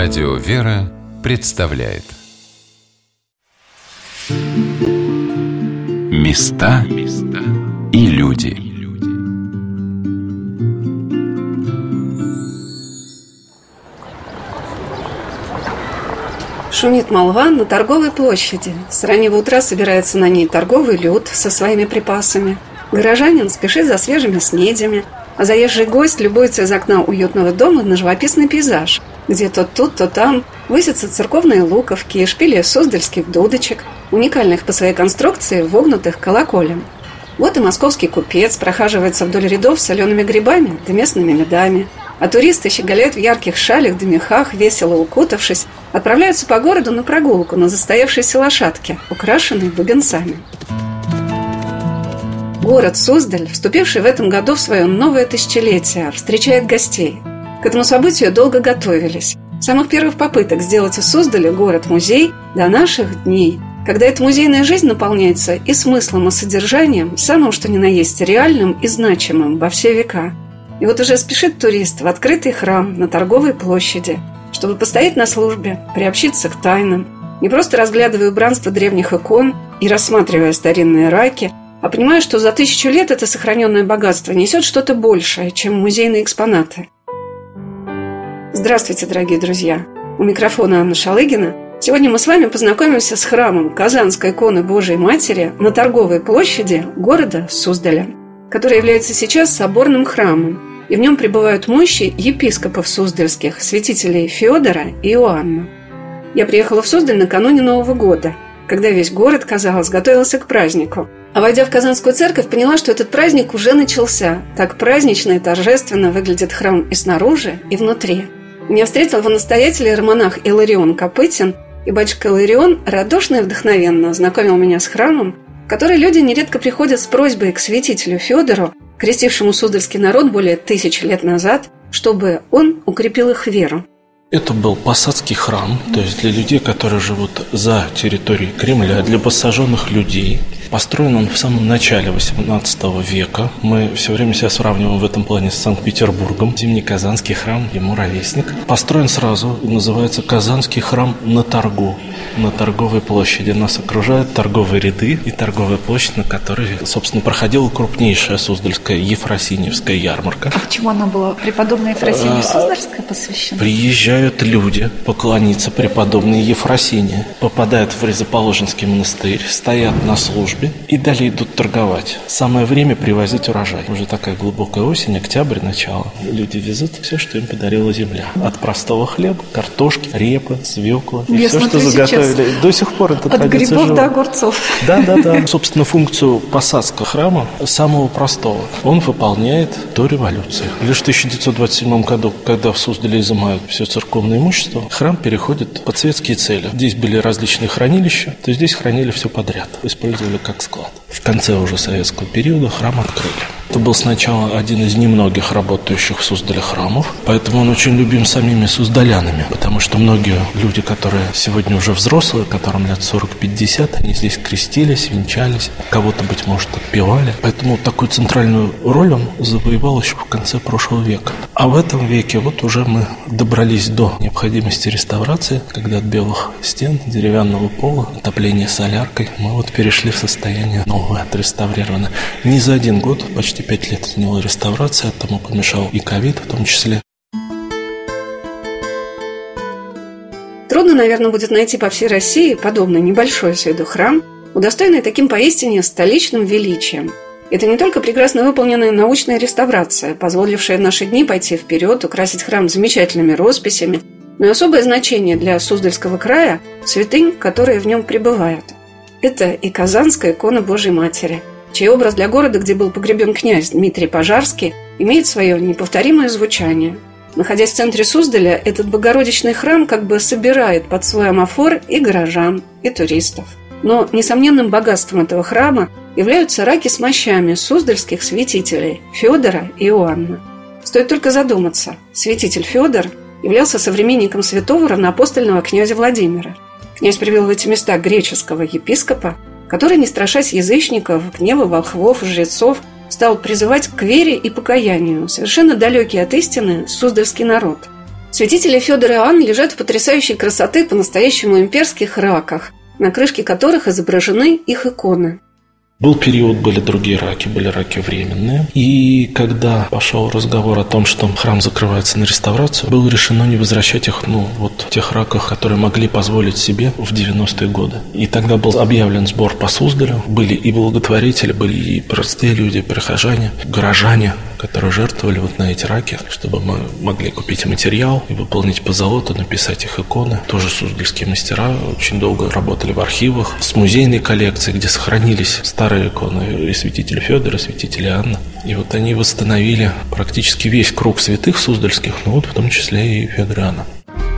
Радио «Вера» представляет Места и люди. Шумит молва на торговой площади. С раннего утра собирается на ней торговый люд со своими припасами. Горожанин спешит за свежими снедями, а заезжий гость любуется из окна уютного дома на живописный пейзаж, где то тут, то там высятся церковные луковки и шпили суздальских дудочек, уникальных по своей конструкции вогнутых колоколем. Вот и московский купец прохаживается вдоль рядов с солеными грибами да местными медами, а туристы щеголяют в ярких шалях да мехах, весело укутавшись, отправляются по городу на прогулку на застоявшейся лошадке, украшенной бубенцами. Город Суздаль, вступивший в этом году в свое новое тысячелетие, встречает гостей. К этому событию долго готовились. С самых первых попыток сделать из Суздаля город-музей до наших дней, когда эта музейная жизнь наполняется и смыслом, и содержанием, самым что ни на есть реальным и значимым во все века. И вот уже спешит турист в открытый храм на торговой площади, чтобы постоять на службе, приобщиться к тайнам, не просто разглядывая убранство древних икон и рассматривая старинные раки, а понимая, что за 1000 лет это сохраненное богатство несет что-то большее, чем музейные экспонаты. Здравствуйте, дорогие друзья! У микрофона Анна Шалыгина. Сегодня мы с вами познакомимся с храмом Казанской иконы Божией Матери на торговой площади города Суздаля, который является сейчас соборным храмом, и в нем пребывают мощи епископов суздальских, святителей Феодора и Иоанна. Я приехала в Суздаль накануне Нового года, когда весь город, казалось, готовился к празднику. А войдя в Казанскую церковь, поняла, что этот праздник уже начался. Так празднично и торжественно выглядит храм и снаружи, и внутри. Меня встретил его настоятель иеромонах Иларион Копытин, и батюшка Иларион радушно и вдохновенно знакомил меня с храмом, в который люди нередко приходят с просьбой к святителю Феодору, крестившему суздальский народ более 1000 лет назад, чтобы он укрепил их веру. Это был посадский храм, то есть для людей, которые живут за территорией Кремля, для посаженных людей. Построен он в самом начале XVIII века. Мы все время себя сравниваем в этом плане с Санкт-Петербургом. Зимнеказанский храм, ему ровесник. Построен сразу, называется Казанский храм на торгу, на торговой площади. Нас окружают торговые ряды и торговая площадь, на которой, собственно, проходила крупнейшая суздальская Ефросиньевская ярмарка. А почему она была преподобной Ефросинье Суздальской посвящена? Приезжают люди поклониться преподобной Ефросинье, попадают в Рязоположенский монастырь, стоят на службе и далее идут торговать. Самое время привозить урожай. Уже такая глубокая осень, октябрь, начало. Люди везут все, что им подарила земля. От простого хлеба, картошки, репы, свеклы. И все, что заготовили. До сих пор это традиция. От грибов жива. До огурцов. Да. Собственно, функцию посадского храма, самого простого, он выполняет до революции. Лишь в 1927 году, когда в Суздале изымают все церковное имущество, храм переходит под светские цели. Здесь были различные хранилища, то здесь хранили все подряд. Использовали как склад. В конце уже советского периода храм открыли. Это был сначала один из немногих работающих в Суздале храмов, поэтому он очень любим самими суздалянами, потому что многие люди, которые сегодня уже взрослые, которым лет 40-50, они здесь крестились, венчались, кого-то, быть может, отпевали. Поэтому такую центральную роль он завоевал еще в конце прошлого века. А в этом веке вот уже мы добрались до необходимости реставрации, когда от белых стен, деревянного пола, отопления соляркой, мы вот перешли в состояние новое, отреставрированное. Не за один год, почти 5 лет заняла реставрация, этому помешал и ковид в том числе. Трудно, наверное, будет найти по всей России подобный небольшой с виду храм, удостоенный таким поистине столичным величием. Это не только прекрасно выполненная научная реставрация, позволившая в наши дни пойти вперед, украсить храм замечательными росписями, но и особое значение для Суздальского края святынь, которые в нем пребывают. Это и Казанская икона Божией Матери, чей образ для города, где был погребен князь Дмитрий Пожарский, имеет свое неповторимое звучание. Находясь в центре Суздаля, этот богородичный храм как бы собирает под свой амофор и горожан, и туристов. Но несомненным богатством этого храма являются раки с мощами суздальских святителей Феодора и Иоанна. Стоит только задуматься, святитель Феодор являлся современником святого равноапостольного князя Владимира. Князь привел в эти места греческого епископа, который, не страшась язычников, гнева волхвов и жрецов, стал призывать к вере и покаянию совершенно далекий от истины суздальский народ. Святители Фёдор и Иоанн лежат в потрясающей красоты по-настоящему имперских раках, на крышке которых изображены их иконы. Был период, были другие раки, были раки временные. И когда пошел разговор о том, что храм закрывается на реставрацию, было решено не возвращать их, тех раках, которые могли позволить себе в 90-е годы. И тогда был объявлен сбор по Суздалю. Были и благотворители, были и простые люди, прихожане, горожане, которые жертвовали на эти раки, чтобы мы могли купить материал и выполнить позолоту, написать их иконы. Тоже суздальские мастера очень долго работали в архивах с музейной коллекцией, где сохранились старые иконы и святителя Фёдора, и святителя Иоанна. И они восстановили практически весь круг святых суздальских, в том числе и Фёдора и Иоанна.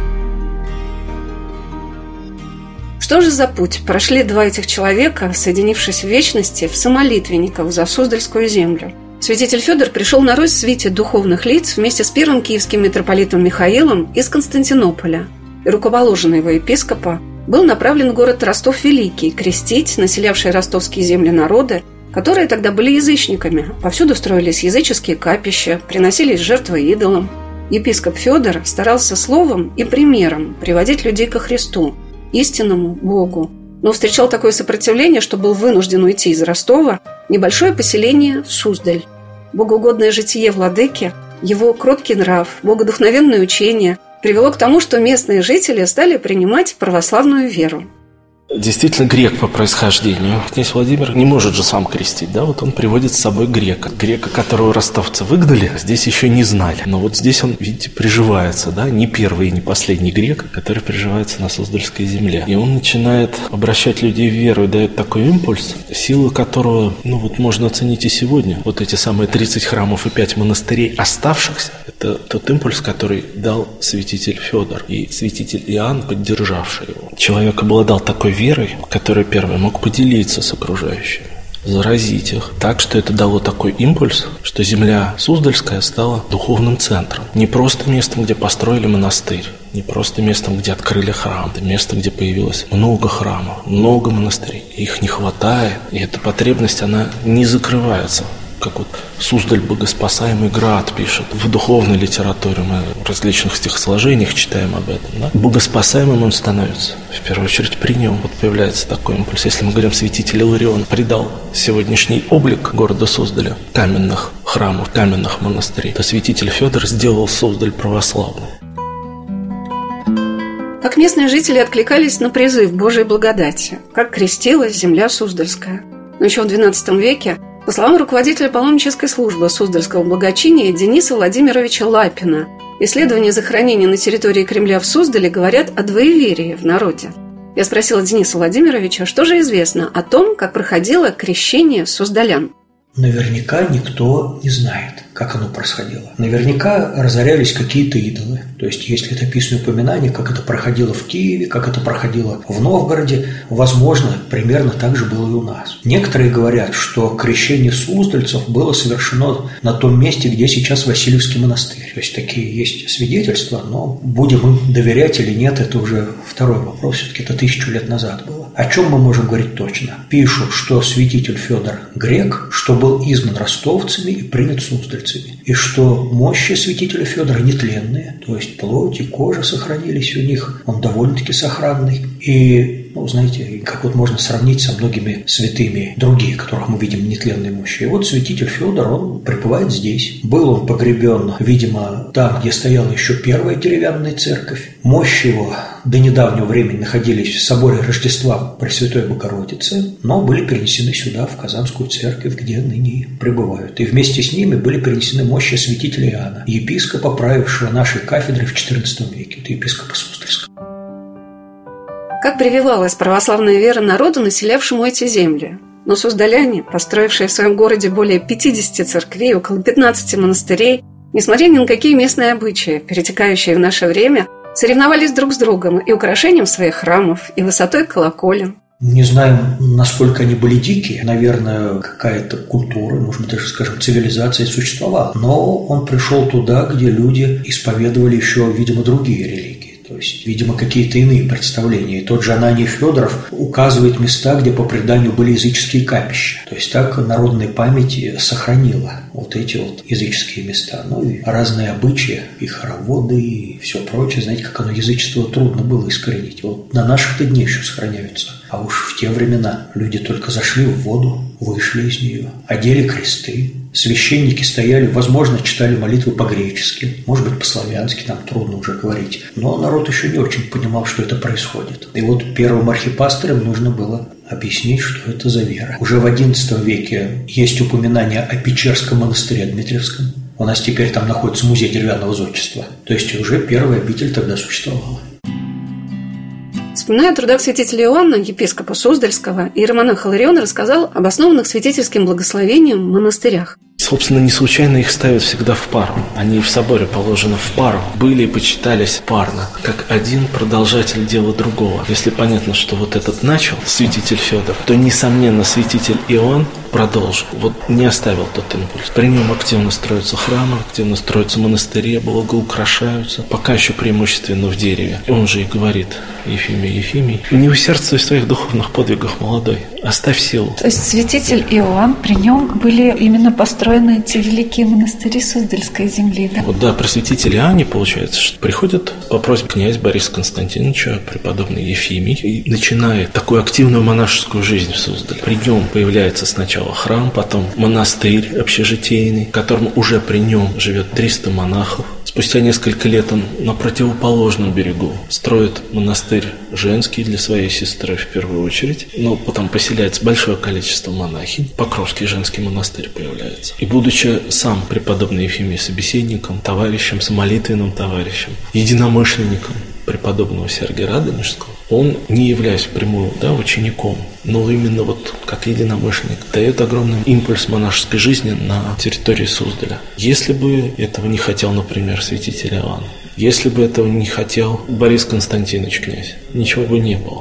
Что же за путь прошли два этих человека, соединившись в вечности в самолитвенниках за Суздальскую землю? Святитель Фёдор пришел на Русь в свите духовных лиц вместе с первым киевским митрополитом Михаилом из Константинополя. И рукоположенный его епископа был направлен в город Ростов-Великий крестить населявшие ростовские земли народы, которые тогда были язычниками. Повсюду строились языческие капища, приносились жертвы идолам. Епископ Фёдор старался словом и примером приводить людей ко Христу, истинному Богу. Но встречал такое сопротивление, что был вынужден уйти из Ростова в небольшое поселение Суздаль. Богоугодное житие владыки, его кроткий нрав, богодухновенное учение привело к тому, что местные жители стали принимать православную веру. Действительно грек по происхождению. Князь Владимир не может же сам крестить, он приводит с собой грека. Грека, которого ростовцы выгнали, здесь еще не знали. Но здесь он, видите, приживается, не первый и не последний грек, который приживается на Суздальской земле. И он начинает обращать людей в веру и дает такой импульс, силу которого, можно оценить и сегодня. Эти самые 30 храмов и 5 монастырей оставшихся, это тот импульс, который дал святитель Фёдор и святитель Иоанн, поддержавший его. Человек обладал такой верой, который первый мог поделиться с окружающими, заразить их. Так что это дало такой импульс, что земля Суздальская стала духовным центром. Не просто местом, где построили монастырь, не просто местом, где открыли храм, это место, где появилось много храмов, много монастырей. Их не хватает, и эта потребность, она не закрывается. Как Суздаль богоспасаемый град пишет в духовной литературе, мы в различных стихосложениях читаем об этом. Богоспасаемым он становится, в первую очередь при нем появляется такой импульс. Если мы говорим, святитель Иларион придал сегодняшний облик города Суздаля, каменных храмов, каменных монастырей, то святитель Фёдор сделал Суздаль православной. Как местные жители откликались на призыв Божией благодати, как крестилась земля Суздальская. Но еще в XII веке, по словам руководителя паломнической службы Суздальского благочиния Дениса Владимировича Лапина, исследования захоронения на территории Кремля в Суздале говорят о двоеверии в народе. Я спросила Дениса Владимировича, что же известно о том, как проходило крещение суздалян. Наверняка никто не знает, как оно происходило. Наверняка разорялись какие-то идолы. То есть есть летописные упоминания, как это проходило в Киеве, как это проходило в Новгороде. Возможно, примерно так же было и у нас. Некоторые говорят, что крещение суздальцев было совершено на том месте, где сейчас Васильевский монастырь. То есть такие есть свидетельства, но будем им доверять или нет, это уже второй вопрос. Все-таки это 1000 лет назад было. О чем мы можем говорить точно? Пишут, что святитель Фёдор грек, что был изгнан ростовцами и принят суздальцами, и что мощи святителя Фёдора нетленные, то есть плоть и кожа сохранились у них, он довольно-таки сохранный. И, знаете, как можно сравнить со многими святыми другие, которых мы видим нетленные мощи. И святитель Фёдор, он пребывает здесь. Был он погребен, видимо, там, где стояла еще первая деревянная церковь. Мощи его до недавнего времени находились в соборе Рождества Пресвятой Богородицы, но были перенесены сюда, в Казанскую церковь, где ныне пребывают. И вместе с ними были перенесены мощи святителя Иоанна, епископа, правившего нашей кафедрой в XIV веке. Это епископа Суздальского. Как прививалась православная вера народу, населявшему эти земли? Но суздаляне, построившие в своем городе более 50 церквей, около 15 монастырей, несмотря ни на какие местные обычаи, перетекающие в наше время, соревновались друг с другом и украшением своих храмов, и высотой колоколен. Не знаем, насколько они были дикие. Наверное, какая-то культура, может быть, даже, цивилизация существовала. Но он пришел туда, где люди исповедовали еще, видимо, другие религии. То есть, видимо, какие-то иные представления. И тот же Ананий Фёдоров указывает места, где по преданию были языческие капища. То есть, так народная память сохранила вот эти вот языческие места. Ну и разные обычаи, и хороводы, и все прочее. Знаете, как оно язычество трудно было искоренить. Вот на наших-то дни еще сохраняются. А уж в те времена люди только зашли в воду, вышли из нее, одели кресты. Священники стояли, возможно, читали молитвы по-гречески, может быть, по-славянски, нам трудно уже говорить. Но народ еще не очень понимал, что это происходит. И вот первым архипастырям нужно было объяснить, что это за вера. Уже в XI веке есть упоминание о Печерском монастыре Дмитриевском. У нас теперь там находится музей деревянного зодчества. То есть уже первая обитель тогда существовала. Вспоминая о трудах святителя Иоанна, епископа Суздальского, иеромонах Иларион рассказал об основанных святительским благословением монастырях. Собственно, не случайно их ставят всегда в пару. Они в соборе положены в пару. Были и почитались парно, как один продолжатель дела другого. Если понятно, что вот этот начал, святитель Федор, то, несомненно, святитель Иоанн продолжил. Вот не оставил тот импульс. При нем активно строятся храмы, активно строятся монастыри, благоукрашаются, пока еще преимущественно в дереве. И он же и говорит: Ефимий, не усердствуй в своих духовных подвигах, молодой, оставь силу. То есть святитель Иоанн, при нем были именно построены эти великие монастыри Суздальской земли, да? Вот да, при святителе Иоанне получается, что приходит по просьбе князя Бориса Константиновича, преподобный Ефимий, и начинает такую активную монашескую жизнь в Суздале. При нем появляется сначала храм, потом монастырь общежитейный, в котором уже при нем живет 300 монахов. Спустя несколько лет он на противоположном берегу строит монастырь женский для своей сестры в первую очередь, но потом поселяется большое количество монахинь. Покровский женский монастырь появляется. И будучи сам преподобный Ефимий собеседником, товарищем, самолитвенным товарищем, единомышленником преподобного Сергия Радонежского, он, не являясь впрямую учеником, но именно вот как единомышленник, дает огромный импульс монашеской жизни на территории Суздаля. Если бы этого не хотел, например, святитель Иоанн, если бы этого не хотел Борис Константинович князь, ничего бы не было.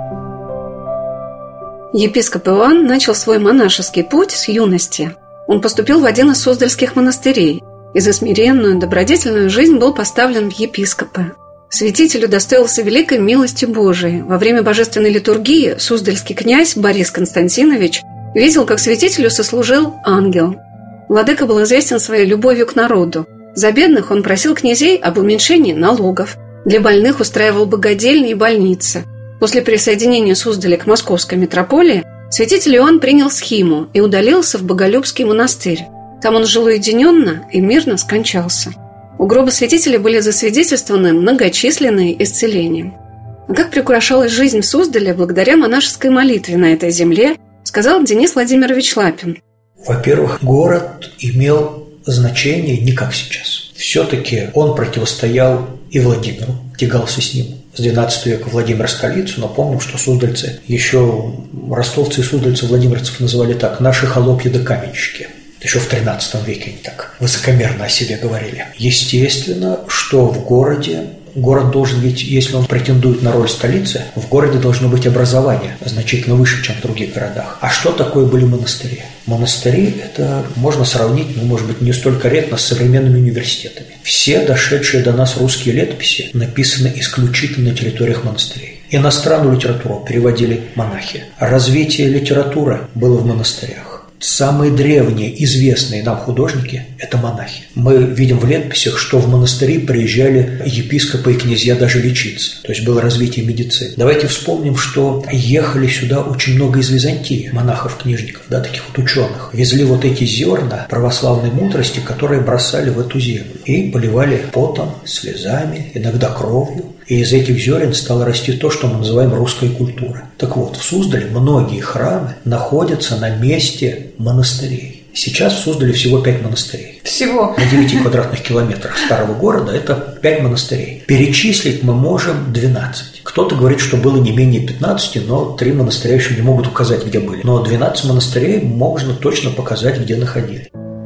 Епископ Иоанн начал свой монашеский путь с юности. Он поступил в один из суздальских монастырей и за смиренную, добродетельную жизнь был поставлен в епископы. Святитель удостоился великой милости Божией. Во время божественной литургии суздальский князь Борис Константинович видел, как святителю сослужил ангел. Владыка был известен своей любовью к народу. За бедных он просил князей об уменьшении налогов. Для больных устраивал богадельни и больницы. После присоединения Суздаля к московской митрополии святитель Иоанн принял схиму и удалился в Боголюбский монастырь. Там он жил уединенно и мирно скончался. У гроба святителя были засвидетельствованы многочисленные исцеления. А как приукрашалась жизнь в Суздале благодаря монашеской молитве на этой земле, сказал Денис Владимирович Лапин. Во-первых, город имел значение не как сейчас. Все-таки он противостоял и Владимиру, тягался с ним. С XII века Владимир столицу, но помним, что суздальцы, еще ростовцы и суздальцы владимирцев называли так: наши холопья да каменщики. Еще в XIII веке они так высокомерно о себе говорили. Естественно, что в городе, город должен, ведь если он претендует на роль столицы, в городе должно быть образование значительно выше, чем в других городах. А что такое были монастыри? Монастыри – это можно сравнить, может быть, не столь корректно, с современными университетами. Все дошедшие до нас русские летописи написаны исключительно на территориях монастырей. Иностранную литературу переводили монахи. Развитие литературы было в монастырях. Самые древние, известные нам художники – это монахи. Мы видим в летописях, что в монастыри приезжали епископы и князья даже лечиться. То есть было развитие медицины. Давайте вспомним, что ехали сюда очень много из Византии монахов-книжников, таких вот ученых. Везли вот эти зерна православной мудрости, которые бросали в эту землю. И поливали потом, слезами, иногда кровью. И из этих зерен стало расти то, что мы называем русская культура. Так вот, в Суздале многие храмы находятся на месте монастырей. Сейчас в Суздале всего 5 монастырей. Всего? На 9 квадратных километрах старого города это 5 монастырей. Перечислить мы можем 12. Кто-то говорит, что было не менее 15, но 3 монастыря еще не могут указать, где были. Но 12 монастырей можно точно показать, где находились.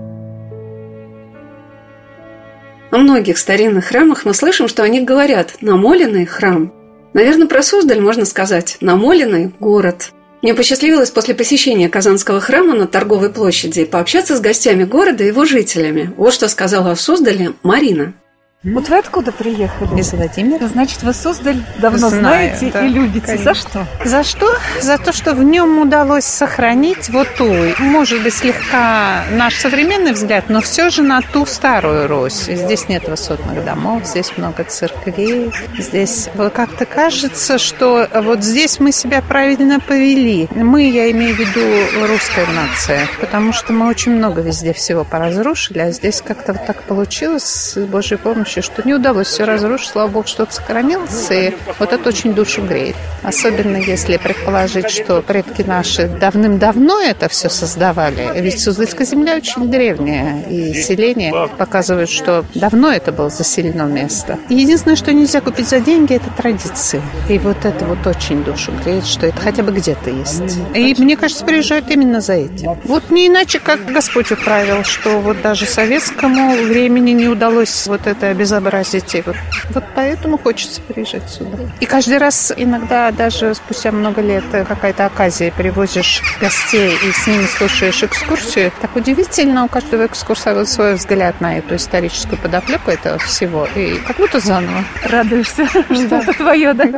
О многих старинных храмах мы слышим, что о них говорят «намоленный храм». Наверное, про Суздаль можно сказать «намоленный город». Мне посчастливилось после посещения Казанского храма на Торговой площади пообщаться с гостями города и его жителями. Вот что сказала о Суздале Марина. Вот вы откуда приехали? Из Владимира. Значит, вы Суздаль давно знаете, да, и любите. Конечно. За что? За что? За то, что в нем удалось сохранить вот ту, может быть, слегка наш современный взгляд, но все же на ту старую Русь. Здесь нет высотных домов, здесь много церквей. Здесь вот как-то кажется, что вот здесь мы себя правильно повели. Мы, я имею в виду русская нация, потому что мы очень много везде всего поразрушили, а здесь как-то вот так получилось с Божьей помощью, что не удалось все разрушить, слава Богу, что-то сохранилось, и вот это очень душу греет. Особенно если предположить, что предки наши давным-давно это все создавали, ведь Суздальская земля очень древняя, и селение показывает, что давно это было заселено место. И единственное, что нельзя купить за деньги, это традиции. И вот это вот очень душу греет, что это хотя бы где-то есть. И мне кажется, приезжают именно за этим. Вот не иначе, как Господь управил, что вот даже советскому времени не удалось вот это обезобразить. И вот поэтому хочется приезжать сюда. И каждый раз, иногда даже спустя много лет, какая-то оказия, привозишь гостей и с ними слушаешь экскурсию. Так удивительно, у каждого экскурсовода свой взгляд на эту историческую подоплеку этого всего. И как будто заново. Радуешься, что это твое, да?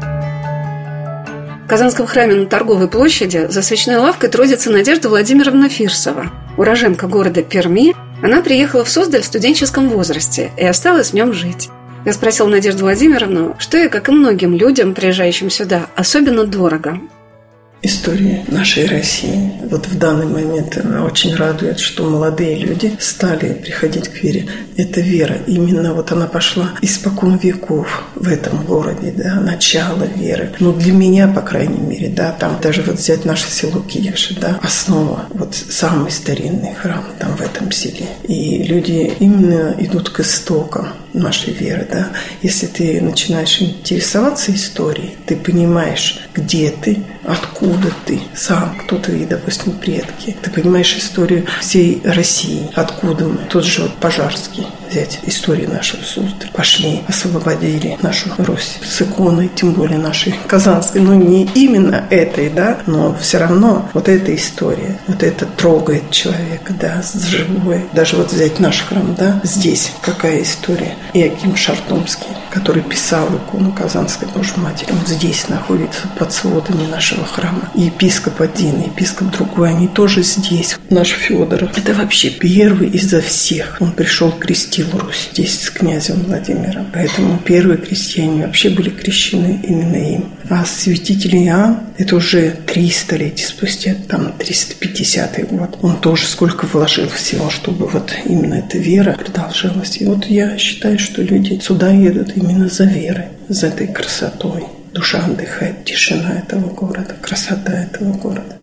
В Казанском храме на Торговой площади за свечной лавкой трудится Надежда Владимировна Фирсова. Уроженка города Перми, она приехала в Суздаль в студенческом возрасте и осталась в нем жить. Я спросила Надежду Владимировну, что ей, как и многим людям, приезжающим сюда, особенно дорого. История нашей России. Вот в данный момент очень радует, что молодые люди стали приходить к вере. Это вера. Именно вот она пошла испокон веков в этом городе, да, начало веры. Ну, для меня, по крайней мере, да, там даже вот взять наше село Киевши, да, основа, вот самый старинный храм там в этом селе. И люди именно идут к истокам нашей веры, да. Если ты начинаешь интересоваться историей, ты понимаешь, где ты, откуда ты сам, кто твои, допустим, предки. Ты понимаешь историю всей России, откуда мы. Тот же вот Пожарский, взять историю нашего Суздаль. Пошли, освободили нашу Русь с иконой, тем более нашей казанской. Ну, не именно этой, да, но все равно вот эта история, вот это трогает человека, да, живое. Даже вот взять наш храм, да, здесь какая история. Иоаким Шартомский, который писал икону Казанской Божьей Матери, он здесь находится под сводами нашего храма. И епископ один, епископ другой, они тоже здесь. Наш Федоров, это вообще первый изо всех. Он пришел, крестил Русь здесь с князем Владимиром. Поэтому первые крестьяне вообще были крещены именно им. А святитель Иоанн, это уже 3 столетия спустя, там 350-й год. Он тоже сколько вложил всего, чтобы вот именно эта вера продолжалась. И вот я считаю, что люди сюда едут именно за верой, за этой красотой. Душа отдыхает, тишина этого города, красота этого города.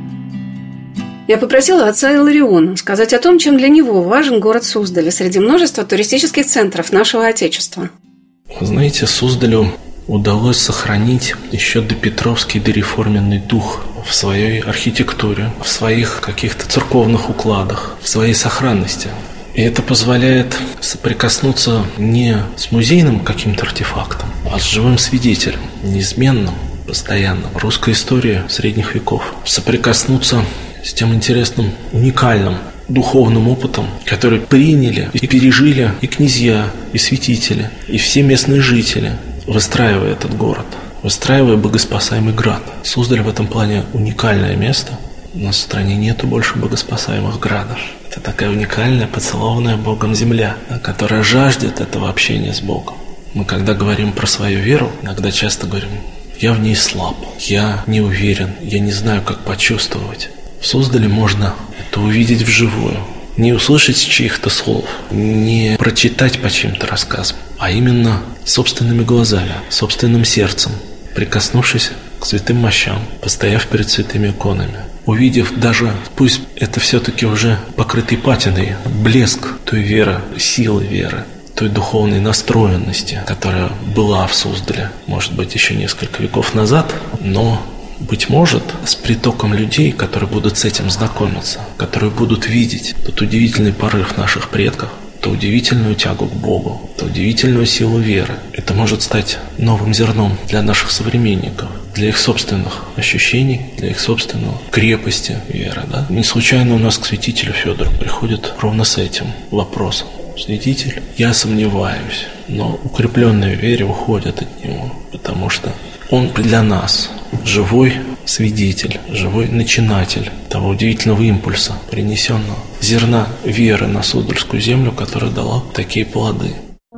Я попросила отца Илариона сказать о том, чем для него важен город Суздаль среди множества туристических центров нашего Отечества. Вы знаете, Суздалю удалось сохранить еще допетровский дореформенный дух в своей архитектуре, в своих каких-то церковных укладах, в своей сохранности. И это позволяет соприкоснуться не с музейным каким-то артефактом, а с живым свидетелем, неизменным, постоянным, русской истории средних веков. Соприкоснуться с тем интересным, уникальным духовным опытом, который приняли и пережили и князья, и святители, и все местные жители, выстраивая этот город, выстраивая богоспасаемый град. Суздаль в этом плане уникальное место. У нас в стране нету больше богоспасаемых градов. Это такая уникальная, поцелованная Богом земля, которая жаждет этого общения с Богом. Мы, когда говорим про свою веру, иногда часто говорим: я в ней слаб, я не уверен, я не знаю, как почувствовать. В Суздале можно это увидеть вживую. Не услышать чьих-то слов, не прочитать по чьим-то рассказам, а именно собственными глазами, собственным сердцем, прикоснувшись к святым мощам, постояв перед святыми иконами, увидев даже, пусть это все-таки уже покрытый патиной, блеск той веры, силы веры, той духовной настроенности, которая была в Суздале, может быть, еще несколько веков назад, но, быть может, с притоком людей, которые будут с этим знакомиться, которые будут видеть тот удивительный порыв наших предков, ту удивительную тягу к Богу, ту удивительную силу веры. Это может стать новым зерном для наших современников, для их собственных ощущений, для их собственной крепости веры. Да? Не случайно у нас к святителю Федору приходят ровно с этим вопросом. свидетель? Я сомневаюсь, но укрепленные в вере уходят от него, потому что он для нас живой свидетель, живой начинатель того удивительного импульса, принесенного зерна веры на Суздальскую землю, которая дала такие плоды.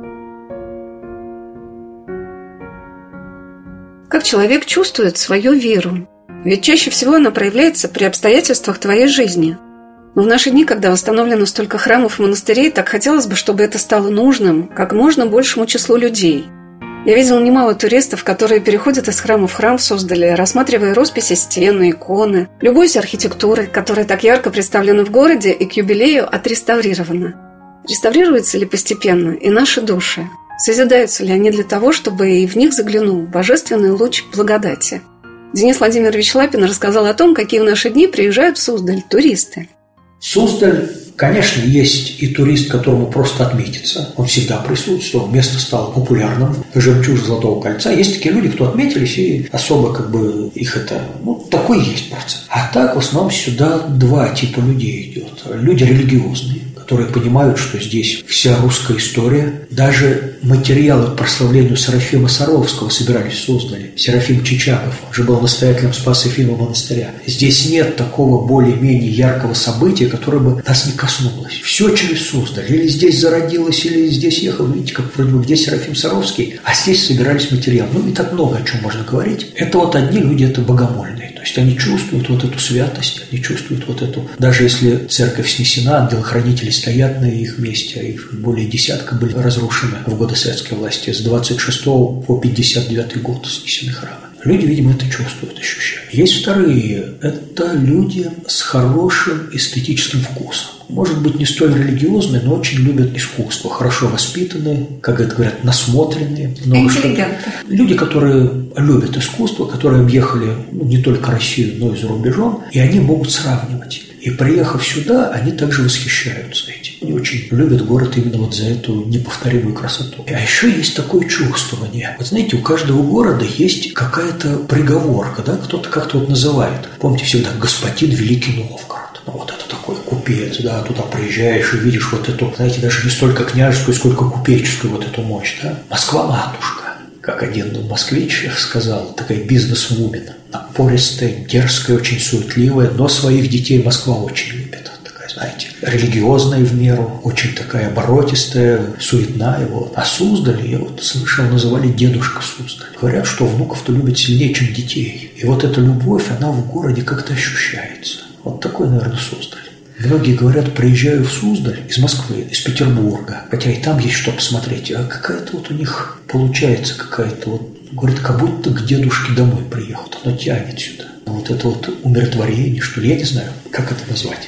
Как человек чувствует свою веру? Ведь чаще всего она проявляется при обстоятельствах твоей жизни. Но в наши дни, когда восстановлено столько храмов и монастырей, так хотелось бы, чтобы это стало нужным как можно большему числу людей. Я видел немало туристов, которые переходят из храма в храм в Суздале, рассматривая росписи стен, иконы, любуясь архитектурой, которая так ярко представлена в городе и к юбилею отреставрирована. Реставрируются ли постепенно и наши души? Созидаются ли они для того, чтобы и в них заглянул божественный луч благодати? Денис Владимирович Лапин рассказал о том, какие в наши дни приезжают в Суздаль туристы. Суздаль, конечно, есть и турист, которому просто отметиться. Он всегда присутствовал, место стало популярным, жемчужина Золотого кольца. Есть такие люди, кто отметились, и особо их это, такой есть процент. А так в основном сюда два типа людей идет. Люди религиозные, которые понимают, что здесь вся русская история, даже материалы к прославлению Серафима Саровского собирались в Суздале. Серафим Чичагов, он же был настоятелем Спаса-Ефимова монастыря. Здесь нет такого более-менее яркого события, которое бы нас не коснулось. Все через Суздаль. Или здесь зародилось, или здесь ехал. Видите, как вроде бы здесь Серафим Саровский, а здесь собирались материалы. И так много о чем можно говорить. Это одни люди, это богомольные. То есть они чувствуют эту святость, они чувствуют эту... Даже если церковь снесена, ангелы-хранители стоят на их месте, а их более десятка были разрушены в годы советской власти. С 26 по 59 год снесены храмы. Люди, видимо, это чувствуют, ощущают. Есть вторые. Это люди с хорошим эстетическим вкусом. Может быть, не столь религиозные, но очень любят искусство. Хорошо воспитанные, как это говорят, насмотренные. Интеллигенты. Люди, которые любят искусство, которые объехали не только Россию, но и за рубежом, и они могут сравнивать. И приехав сюда, они также восхищаются этим. Они очень любят город именно за эту неповторимую красоту. А еще есть такое чувствование. Знаете, у каждого города есть какая-то приговорка, да? Кто-то как-то называет. Помните всегда господин Великий Новгород. Это такой купец, да, туда приезжаешь и видишь эту, знаете, даже не столько княжескую, сколько купеческую эту мощь, да. Москва-матушка, как один москвич сказал, такая бизнес-вумен, напористая, дерзкая, очень суетливая, но своих детей Москва очень любит. Такая, знаете, религиозная в меру, очень такая оборотистая, суетная. А Суздаль, я слышал, называли дедушка Суздаль. Говорят, что внуков-то любят сильнее, чем детей. И эта любовь, она в городе как-то ощущается. Такой, наверное, Суздаль. Многие говорят, приезжаю в Суздаль из Москвы, из Петербурга, хотя и там есть что посмотреть, а какая-то у них получается какая-то, говорит, как будто к дедушке домой приехал, оно тянет сюда. Это умиротворение, что ли, я не знаю, как это назвать.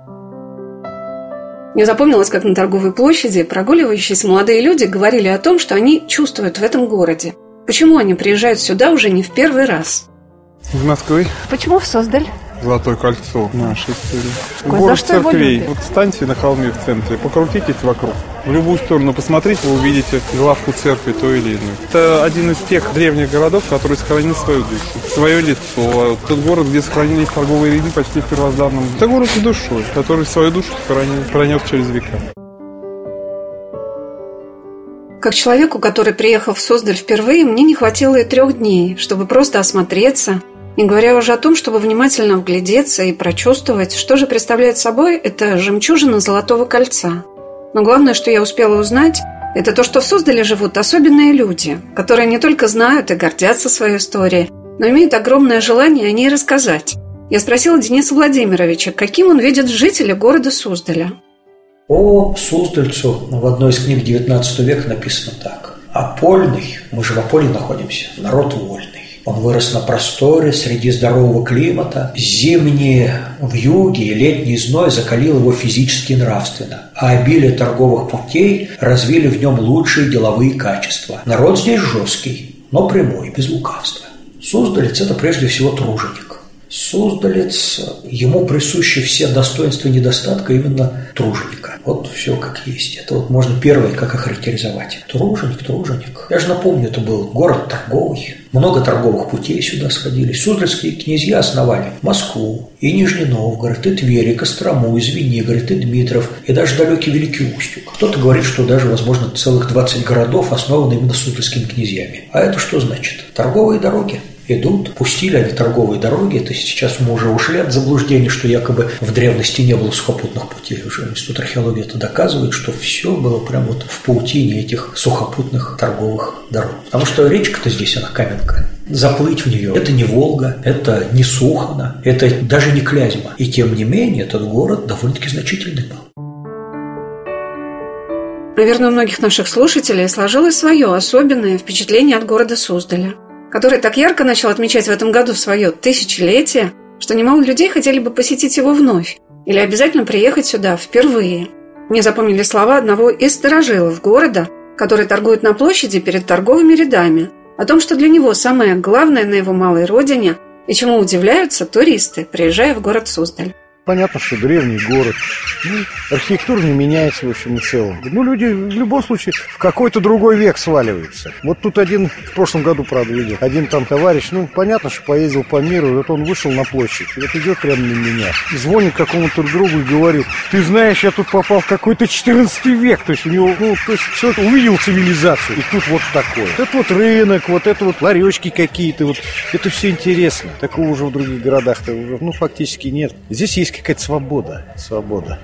Мне запомнилось, как на торговой площади прогуливающиеся молодые люди говорили о том, что они чувствуют в этом городе. Почему они приезжают сюда уже не в первый раз? Из Москвы. Почему в Суздаль? Золотое кольцо нашей истории. Ой, город за что церквей. его любят? Встаньте на холме в центре, покрутитесь вокруг. В любую сторону посмотрите, вы увидите главку церкви той или иной. Это один из тех древних городов, который сохранил свою душу, свое лицо. Тот город, где сохранились торговые ряды почти в первозданном. Это город с душой, который свою душу пронес через века. Как человеку, который приехал в Суздаль впервые, мне не хватило и 3 дней, чтобы просто осмотреться, не говоря уже о том, чтобы внимательно вглядеться и прочувствовать, что же представляет собой эта жемчужина Золотого кольца. Но главное, что я успела узнать, это то, что в Суздале живут особенные люди, которые не только знают и гордятся своей историей, но имеют огромное желание о ней рассказать. Я спросила Дениса Владимировича, каким он видит жителя города Суздаля. О Суздальцу в одной из книг XIX века написано так. Опольный, мы же в Аполье находимся, народ вольный. Он вырос на просторе, среди здорового климата. Зимние вьюги и летний зной закалил его физически и нравственно. А обилие торговых путей развили в нем лучшие деловые качества. Народ здесь жесткий, но прямой, без лукавства. Суздалец – это прежде всего труженик. Суздалец, ему присущи все достоинства и недостатка именно труженика. Вот все как есть. Это вот можно первое, как охарактеризовать. Труженик. Я же напомню, это был город торговый. Много торговых путей сюда сходили. Суздальские князья основали Москву, и Нижний Новгород, и Тверь, и Кострому, и Звенигород, и Дмитров, и даже далекий Великий Устюг. Кто-то говорит, что даже, возможно, целых 20 городов основаны именно суздальскими князьями. А это что значит? Торговые дороги идут, пустили они торговые дороги. Это сейчас мы уже ушли от заблуждений, что якобы в древности не было сухопутных путей. Уже Институт археологии это доказывает, что все было прямо вот в паутине этих сухопутных торговых дорог. Потому что речка-то здесь, она каменная. Заплыть в нее – это не Волга, это не Сухана, это даже не Клязьма. И тем не менее, этот город довольно-таки значительный был. Наверное, у многих наших слушателей сложилось свое особенное впечатление от города Суздаля, который так ярко начал отмечать в этом году свое тысячелетие, что немало людей хотели бы посетить его вновь или обязательно приехать сюда впервые. Мне запомнили слова одного из старожилов города, который торгует на площади перед торговыми рядами, о том, что для него самое главное на его малой родине и чему удивляются туристы, приезжая в город Суздаль. Понятно, что древний город. Архитектура не меняется, в общем и целом. Люди в любом случае в какой-то другой век сваливаются. Вот тут один, в прошлом году, правда, видел, один там товарищ, понятно, что поездил по миру, вот он вышел на площадь, и вот идет прямо на меня. Звонит какому-то другу и говорит: ты знаешь, я тут попал в какой-то 14 век. То есть у него, человек увидел цивилизацию, и тут вот такое. Вот это вот рынок, вот это вот ларечки какие-то, вот это все интересно. Такого уже в других городах-то уже, фактически нет. Здесь есть какая-то свобода.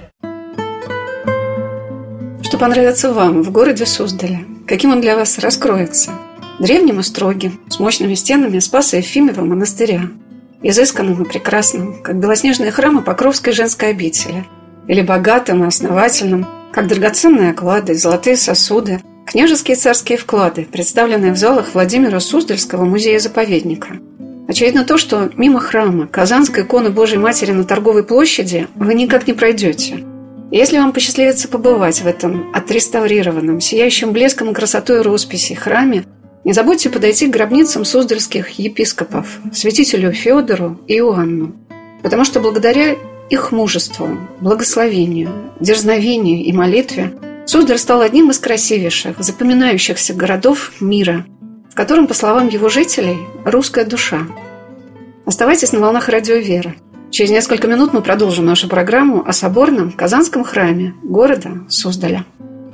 Что понравится вам в городе Суздале? Каким он для вас раскроется? Древним и строгим, с мощными стенами Спаса Ефимова монастыря, изысканным и прекрасным, как белоснежные храмы Покровской женской обители, или богатым и основательным, как драгоценные оклады, золотые сосуды, княжеские царские вклады, представленные в залах Владимира Суздальского музея-заповедника. Очевидно то, что мимо храма Казанской иконы Божией Матери на Торговой площади вы никак не пройдете. И если вам посчастливится побывать в этом отреставрированном, сияющим блеском и красотой росписи храме, не забудьте подойти к гробницам суздальских епископов, святителю Феодору и Иоанну, потому что благодаря их мужеству, благословению, дерзновению и молитве Суздаль стал одним из красивейших, запоминающихся городов мира, в котором, по словам его жителей, русская душа. Оставайтесь на волнах радио «Вера». Через несколько минут мы продолжим нашу программу о соборном Казанском храме города Суздаля.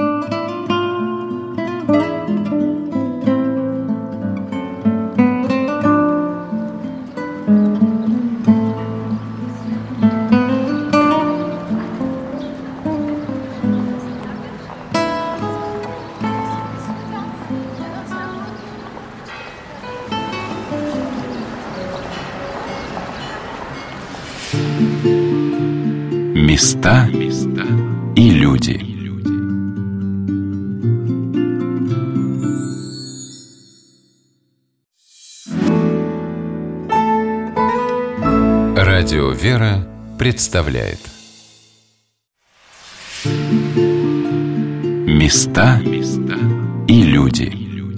Места и люди. Радио «Вера» представляет Места и люди.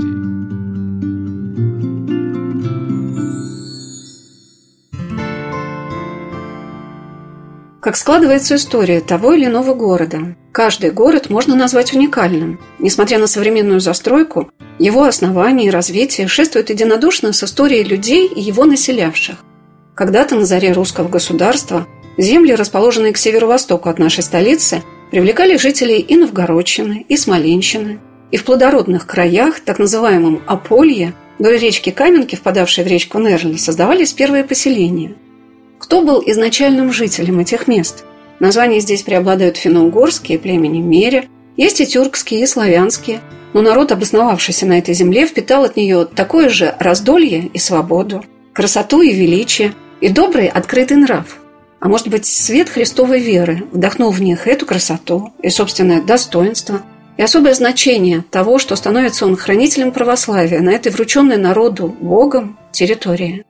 Как складывается история того или иного города? Каждый город можно назвать уникальным. Несмотря на современную застройку, его основание и развитие шествует единодушно с историей людей и его населявших. Когда-то на заре русского государства земли, расположенные к северо-востоку от нашей столицы, привлекали жителей и Новгородщины, и Смоленщины. И в плодородных краях, так называемом Аполье, вдоль речки Каменки, впадавшей в речку Нерль, создавались первые поселения. Кто был изначальным жителем этих мест? Названия здесь преобладают финно-угорские, племени Мере, есть и тюркские, и славянские, но народ, обосновавшийся на этой земле, впитал от нее такое же раздолье и свободу, красоту и величие, и добрый открытый нрав. А может быть, свет Христовой веры вдохнул в них эту красоту и собственное достоинство, и особое значение того, что становится он хранителем православия на этой врученной народу Богом территории.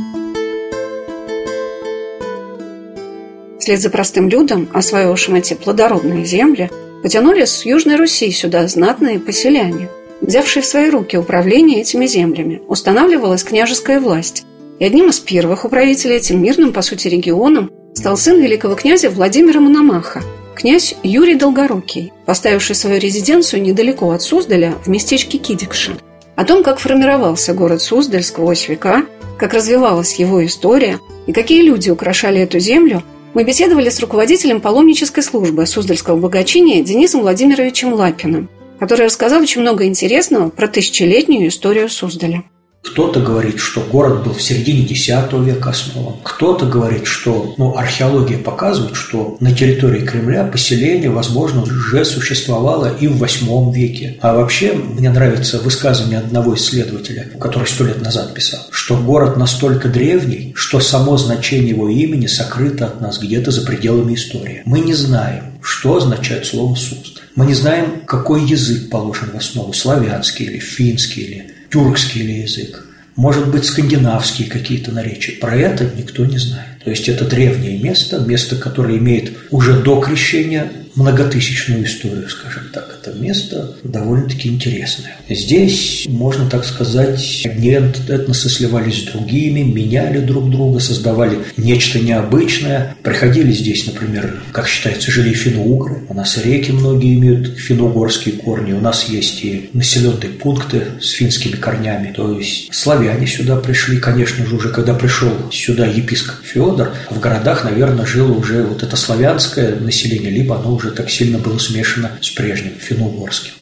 Вслед за простым людом, освоившим эти плодородные земли, потянулись с Южной Руси сюда знатные поселяне. Взявшие в свои руки управление этими землями, устанавливалась княжеская власть, И одним из первых управителей этим мирным, по сути, регионом стал сын великого князя Владимира Мономаха, князь Юрий Долгорукий, поставивший свою резиденцию недалеко от Суздаля в местечке Кидикша. О том, как формировался город Суздаль сквозь века, как развивалась его история и какие люди украшали эту землю, мы беседовали с руководителем паломнической службы Суздальского благочиния Денисом Владимировичем Лапиным, который рассказал очень много интересного про тысячелетнюю историю Суздаля. Кто-то говорит, что город был в середине X века основан. Кто-то говорит, что археология показывает, что на территории Кремля поселение, возможно, уже существовало и в VIII веке. А вообще, мне нравится высказывание одного исследователя, который 100 лет назад писал, что город настолько древний, что само значение его имени сокрыто от нас где-то за пределами истории. Мы не знаем, что означает слово «Суздаль». Мы не знаем, какой язык положен в основу – славянский или финский или тюркский ли язык, может быть, скандинавские какие-то наречия. Про это никто не знает. То есть это древнее место, которое имеет уже до крещения многотысячную историю, скажем так. Это место довольно-таки интересное. Здесь, можно так сказать, одни этносы сливались с другими, меняли друг друга, создавали нечто необычное. Приходили здесь, например, как считается, жили финно-угры. У нас реки многие имеют финно-угорские корни. У нас есть и населенные пункты с финскими корнями. То есть славяне сюда пришли. Конечно же, уже когда пришел сюда епископ Феодор, в городах, наверное, жило уже вот это славянское население, либо оно уже так сильно было смешано с прежним финно-угорским.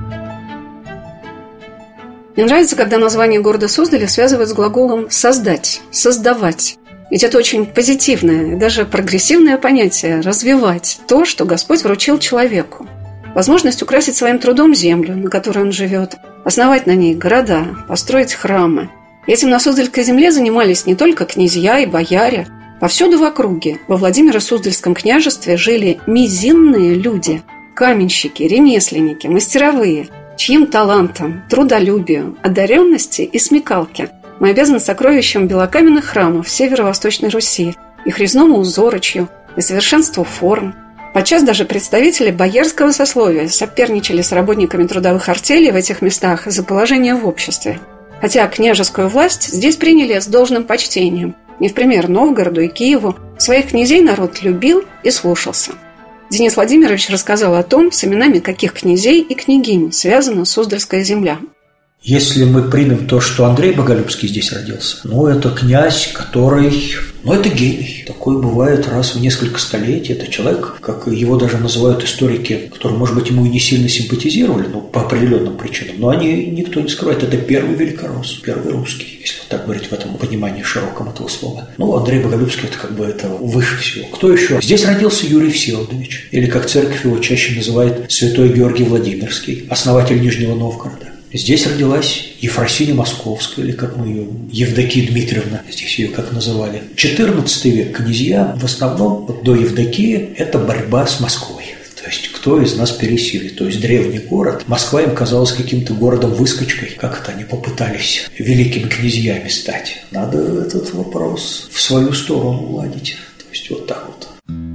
Мне нравится, когда название города Суздаля связывают с глаголом «создать», «создавать». Ведь это очень позитивное и даже прогрессивное понятие – развивать то, что Господь вручил человеку. Возможность украсить своим трудом землю, на которой он живет, основать на ней города, построить храмы. И этим на Суздальской земле занимались не только князья и бояре. Повсюду в округе, во Владимиро-Суздальском княжестве жили мизинные люди – каменщики, ремесленники, мастеровые, чьим талантом, трудолюбию, одаренности и смекалке мы обязаны сокровищам белокаменных храмов Северо-Восточной Руси, их резному узорочью и совершенству форм. Подчас даже представители боярского сословия соперничали с работниками трудовых артелей в этих местах за положение в обществе. Хотя княжескую власть здесь приняли с должным почтением. Не в пример Новгороду и Киеву, своих князей народ любил и слушался. Денис Владимирович рассказал о том, с именами каких князей и княгинь связана Суздальская земля. Если мы примем то, что Андрей Боголюбский здесь родился, это князь, который... это гений. Такой бывает раз в несколько столетий. Это человек, как его даже называют историки, которые, может быть, ему и не сильно симпатизировали, по определенным причинам, но они никто не скрывает. Это первый великоросс, первый русский, если так говорить в этом понимании широком этого слова. Андрей Боголюбский – это выше всего. Кто еще? Здесь родился Юрий Всеволодович, или, как церковь его чаще называет, святой Георгий Владимирский, основатель Нижнего Новгорода. Здесь родилась Ефросинья Московская, или как мы ее, Евдокия Дмитриевна, здесь ее как называли. XIV век князья, в основном до Евдокии, это борьба с Москвой. То есть, кто из нас пересилит. То есть, древний город, Москва им казалась каким-то городом-выскочкой. Как это они попытались великими князьями стать. Надо этот вопрос в свою сторону уладить. То есть, вот так вот.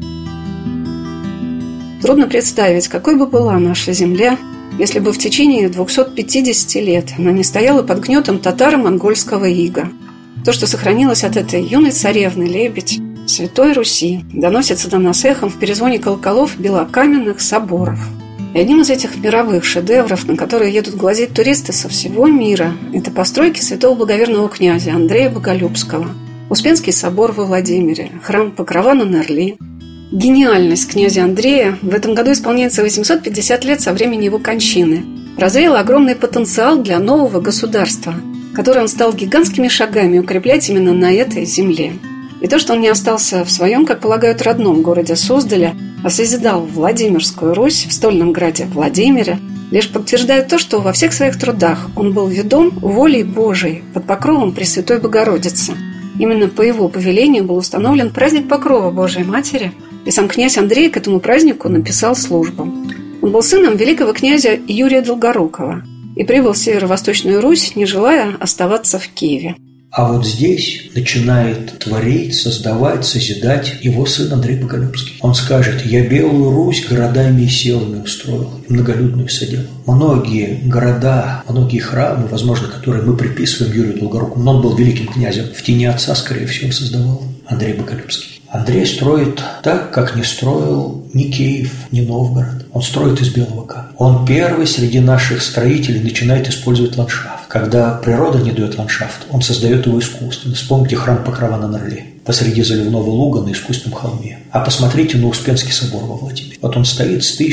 Трудно представить, какой бы была наша земля, если бы в течение 250 лет она не стояла под гнетом татаро-монгольского ига. То, что сохранилось от этой юной царевны Лебедь, Святой Руси, доносится до нас эхом в перезвоне колоколов белокаменных соборов. И одним из этих мировых шедевров, на которые едут глазеть туристы со всего мира, это постройки святого благоверного князя Андрея Боголюбского, Успенский собор во Владимире, храм Покрова на Нерли. Гениальность князя Андрея в этом году исполняется 850 лет со времени его кончины. Прозрел огромный потенциал для нового государства, который он стал гигантскими шагами укреплять именно на этой земле. И то, что он не остался в своем, как полагают, родном городе Суздале, а созидал Владимирскую Русь в стольном граде Владимире, лишь подтверждает то, что во всех своих трудах он был ведом волей Божией под покровом Пресвятой Богородицы. Именно по его повелению был установлен праздник Покрова Божией Матери, и сам князь Андрей к этому празднику написал службу. Он был сыном великого князя Юрия Долгорукова и прибыл в Северо-Восточную Русь, не желая оставаться в Киеве. А вот здесь начинает творить, создавать, созидать его сын Андрей Боголюбский. Он скажет: «Я Белую Русь городами и селами устроил, и многолюдную соделал». Многие города, многие храмы, возможно, которые мы приписываем Юрию Долгорукому, но он был великим князем, в тени отца, скорее всего, создавал Андрей Боголюбский. Андрей строит так, как не строил ни Киев, ни Новгород. Он строит из белого камня. Он первый среди наших строителей начинает использовать ландшафт. Когда природа не дает ландшафт, он создает его искусственно. Вспомните храм Покрова на Орле посреди заливного луга на искусственном холме. А посмотрите на Успенский собор во Владимире. Вот он стоит с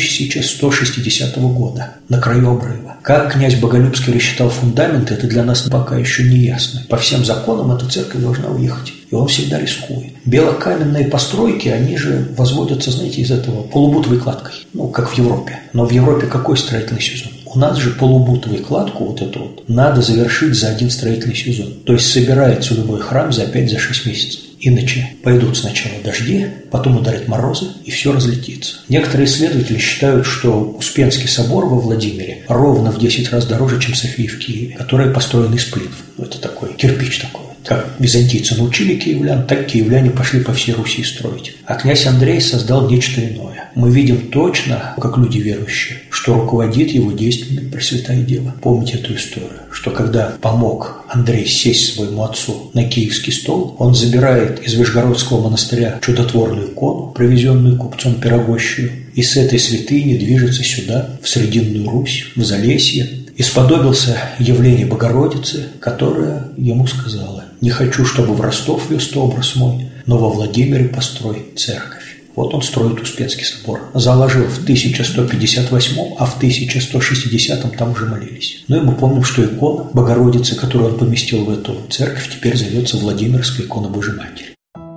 1160 года на краю обрыва. Как князь Боголюбский рассчитал фундамент, это для нас пока еще не ясно. По всем законам эта церковь должна уехать. И он всегда рискует. Белокаменные постройки, они же возводятся, знаете, из этого полубутовой кладкой. Как в Европе. Но в Европе какой строительный сезон? У нас же полубутовую кладку вот эту вот надо завершить за один строительный сезон. То есть собирается любой храм за 5-6 месяцев. Иначе пойдут сначала дожди, потом ударят морозы, и все разлетится. Некоторые исследователи считают, что Успенский собор во Владимире ровно в 10 раз дороже, чем София в Киеве, которая построена из плит. Это такой кирпич такой. Как византийцы научили киевлян, так киевляне пошли по всей Руси строить. А князь Андрей создал нечто иное. Мы видим точно, как люди верующие, что руководит его действиями Пресвятая Дева. Помните эту историю, что когда помог Андрей сесть своему отцу на киевский стол, он забирает из Вишгородского монастыря чудотворную икону, привезенную купцом Пирогощию, и с этой святыни движется сюда, в Срединную Русь, в Залесье, и сподобился явления Богородицы, которая ему сказала: «Не хочу, чтобы в Ростов вез образ мой, но во Владимире построй церковь». Вот он строит Успенский собор. Заложил в 1158, а в 1160 там уже молились. И мы помним, что икона Богородицы, которую он поместил в эту церковь, теперь зовется Владимирская икона Божьей Матери.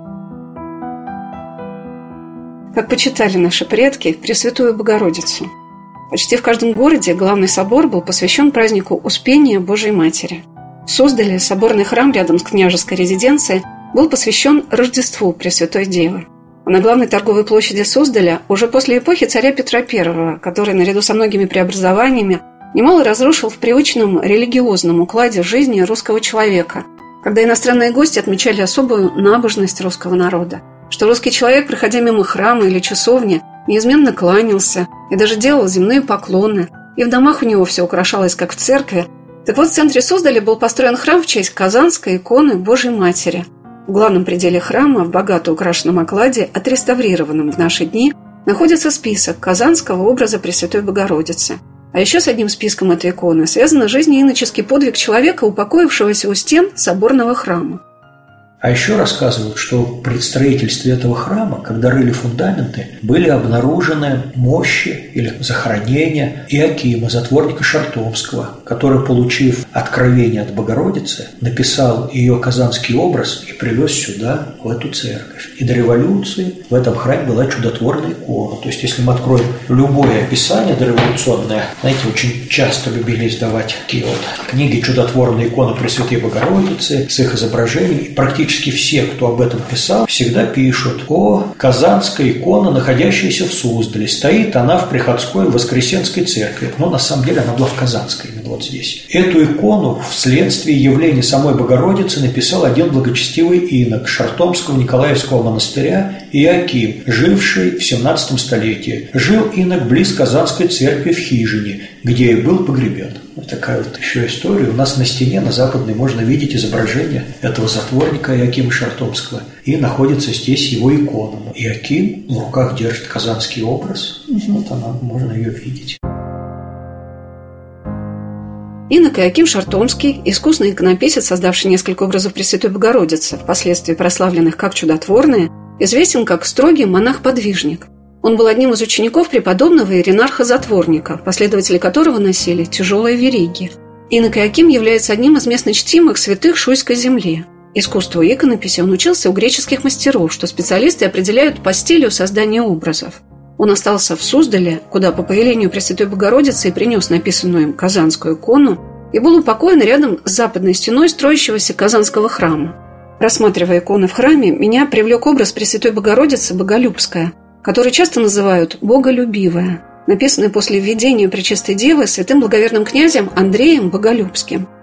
Как почитали наши предки Пресвятую Богородицу. Почти в каждом городе главный собор был посвящен празднику Успения Божьей Матери. В Суздале соборный храм рядом с княжеской резиденцией был посвящен Рождеству Пресвятой Девы. А на главной торговой площади Суздаля уже после эпохи царя Петра I, который наряду со многими преобразованиями немало разрушил в привычном религиозном укладе жизни русского человека, когда иностранные гости отмечали особую набожность русского народа, что русский человек, проходя мимо храма или часовни, неизменно кланялся и даже делал земные поклоны, и в домах у него все украшалось, как в церкви. Так вот, в центре Суздаля был построен храм в честь Казанской иконы Божьей Матери. В главном пределе храма, в богато украшенном окладе, отреставрированном в наши дни, находится список казанского образа Пресвятой Богородицы. А еще с одним списком этой иконы связана жизнеиноческий подвиг человека, упокоившегося у стен соборного храма. А еще рассказывают, что при строительстве этого храма, когда рыли фундаменты, были обнаружены мощи или захоронения Иакима, затворника Шартомского, который, получив откровение от Богородицы, написал ее казанский образ и привез сюда, в эту церковь. И до революции в этом храме была чудотворная икона. То есть, если мы откроем любое описание дореволюционное, знаете, очень часто любили издавать такие вот книги «Чудотворные иконы Пресвятой Богородицы» с их изображением, и практически все, кто об этом писал, всегда пишут: «О, казанская икона, находящаяся в Суздале, стоит она в Приходской Воскресенской церкви». Но на самом деле она была в Казанской, именно вот здесь. Эту икону вследствие явления самой Богородицы написал один благочестивый инок Шартомского Николаевского монастыря Иаким, живший в 17 столетии. Жил инок близ Казанской церкви в хижине, где и был погребен. Вот такая вот еще история. У нас на стене, на западной, можно видеть изображение этого затворника Иакима Шартомского. И находится здесь его икона. Иаким в руках держит казанский образ. Вот она, можно ее видеть. Инок Иаким Шартомский, искусный иконописец, создавший несколько образов Пресвятой Богородицы, впоследствии прославленных как чудотворные, известен как строгий монах-подвижник. Он был одним из учеников преподобного Иринарха-затворника, последователи которого носили тяжелые вериги. Инок Иаким является одним из местно чтимых святых Шуйской земли. Искусству иконописи он учился у греческих мастеров, что специалисты определяют по стилю создания образов. Он остался в Суздале, куда по повелению Пресвятой Богородицы и принес написанную им казанскую икону, и был упокоен рядом с западной стеной строящегося Казанского храма. Рассматривая иконы в храме, меня привлек образ Пресвятой Богородицы Боголюбская, который часто называют «Боголюбивая», написанный после введения Пречистой Девы святым благоверным князем Андреем Боголюбским.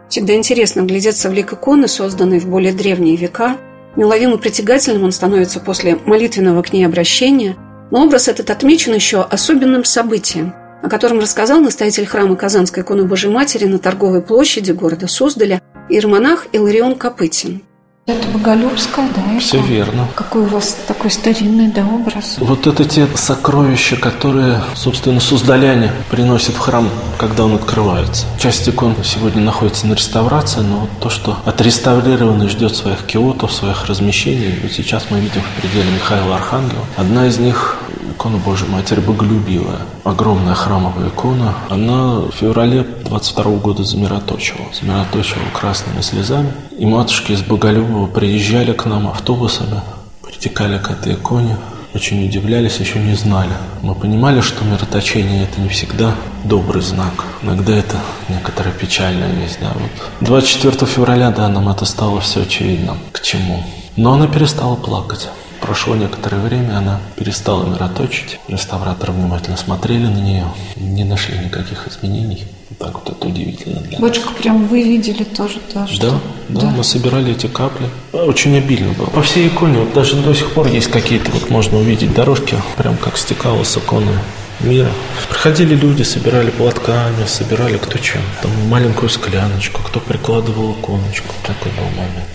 Всегда интересно вглядеться в лик иконы, созданной в более древние века. Неуловимо притягательным он становится после молитвенного к ней обращения. Но образ этот отмечен еще особенным событием, о котором рассказал настоятель храма Казанской иконы Божией Матери на торговой площади города Суздаля иеромонах Иларион Копытин. Это Боголюбская, да? Все верно. Какой у вас такой старинный, да, образ? Вот это те сокровища, которые, собственно, суздаляне приносят в храм, когда он открывается. Часть икон сегодня находится на реставрации, но вот то, что отреставрированный ждет своих киотов, своих размещений, вот сейчас мы видим в пределе Михаила Архангела. Одна из них – икона Божией Матери Боголюбивая. Огромная храмовая икона. Она в феврале 22 года замироточила красными слезами. И матушки из Боголюбова приезжали к нам автобусами, притекали к этой иконе, очень удивлялись, еще не знали. Мы понимали, что мироточение – это не всегда добрый знак. Иногда это некоторая печальная весть. Да, вот. 24 февраля, да, нам это стало все очевидно, к чему. Но она перестала плакать. Прошло некоторое время, она перестала мироточить. Реставраторы внимательно смотрели на нее, не нашли никаких изменений. Так вот это удивительно для нас. Батюшка, прям вы видели тоже, да? Да, мы собирали эти капли. Очень обильно было. По всей иконе, вот даже до сих пор есть какие-то, вот можно увидеть дорожки, прям как стекало с иконы мира. Приходили люди, собирали платками, собирали кто чем. Там маленькую скляночку, кто прикладывал иконочку. Такой был момент.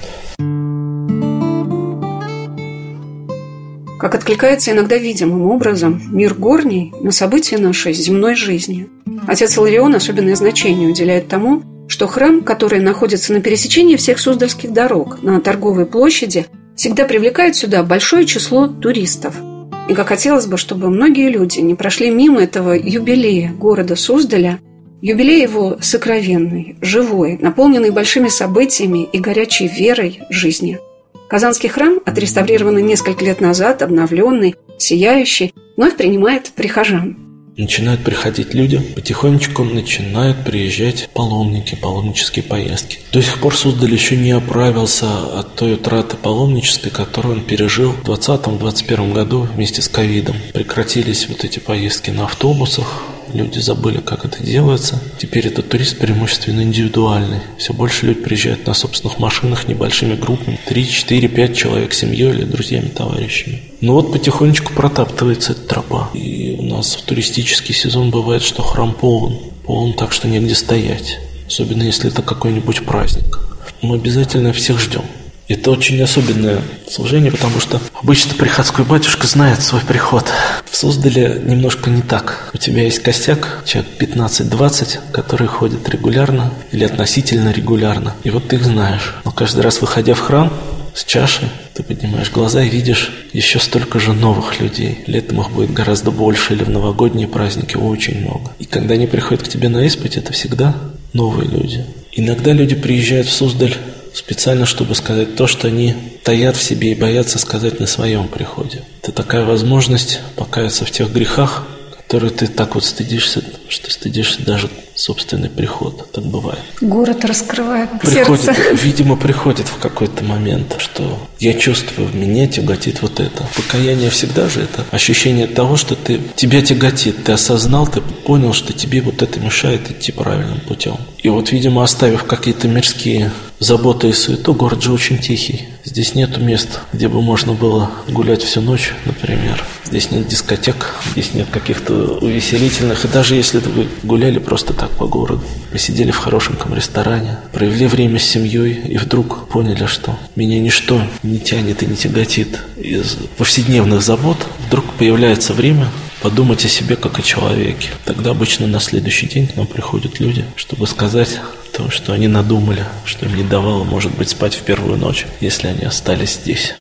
Как откликается иногда видимым образом мир горний на события нашей земной жизни. Отец Иларион особенное значение уделяет тому, что храм, который находится на пересечении всех суздальских дорог на торговой площади, всегда привлекает сюда большое число туристов. И как хотелось бы, чтобы многие люди не прошли мимо этого юбилея города Суздаля, юбилей его сокровенный, живой, наполненный большими событиями и горячей верой жизни. Казанский храм, отреставрированный несколько лет назад, обновленный, сияющий, вновь принимает прихожан. Начинают приходить люди, потихонечку начинают приезжать паломники, паломнические поездки. До сих пор Суздаль еще не оправился от той утраты паломнической, которую он пережил в 2020-2021 году вместе с ковидом. Прекратились вот эти поездки на автобусах, люди забыли, как это делается. Теперь этот турист преимущественно индивидуальный. Все больше люди приезжают на собственных машинах небольшими группами. 3, 4, 5 человек семьей или друзьями, товарищами. Но вот потихонечку протаптывается эта тропа. И у нас в туристический сезон бывает, что храм полон. Полон так, что негде стоять. Особенно если это какой-нибудь праздник. Мы обязательно всех ждем. Это очень особенное служение, потому что обычно приходской батюшка знает свой приход. В Суздале немножко не так. У тебя есть костяк, человек 15-20, которые ходят регулярно или относительно регулярно. И вот ты их знаешь. Но каждый раз, выходя в храм с чашей, ты поднимаешь глаза и видишь еще столько же новых людей. Летом их будет гораздо больше, или в новогодние праздники очень много. И когда они приходят к тебе на исповедь, это всегда новые люди. Иногда люди приезжают в Суздаль специально, чтобы сказать то, что они таят в себе и боятся сказать на своем приходе. Это такая возможность покаяться в тех грехах, которые ты так вот стыдишься, что стыдишься даже собственный приход. Так бывает. Город раскрывает сердце. Видимо, приходит в какой-то момент, что я чувствую, меня тяготит вот это. Покаяние всегда же это ощущение того, что тебя тяготит. Ты осознал, ты понял, что тебе вот это мешает идти правильным путем. И вот, видимо, оставив какие-то мирские заботы и суету, город же очень тихий. Здесь нету мест, где бы можно было гулять всю ночь, например. Здесь нет дискотек, здесь нет каких-то увеселительных. И даже если вы гуляли просто так по городу, посидели в хорошеньком ресторане, провели время с семьей и вдруг поняли, что меня ничто не тянет и не тяготит из повседневных забот, вдруг появляется время подумать о себе как о человеке. Тогда обычно на следующий день к нам приходят люди, чтобы сказать то, что они надумали, что им не давало, может быть, спать в первую ночь, если они остались здесь.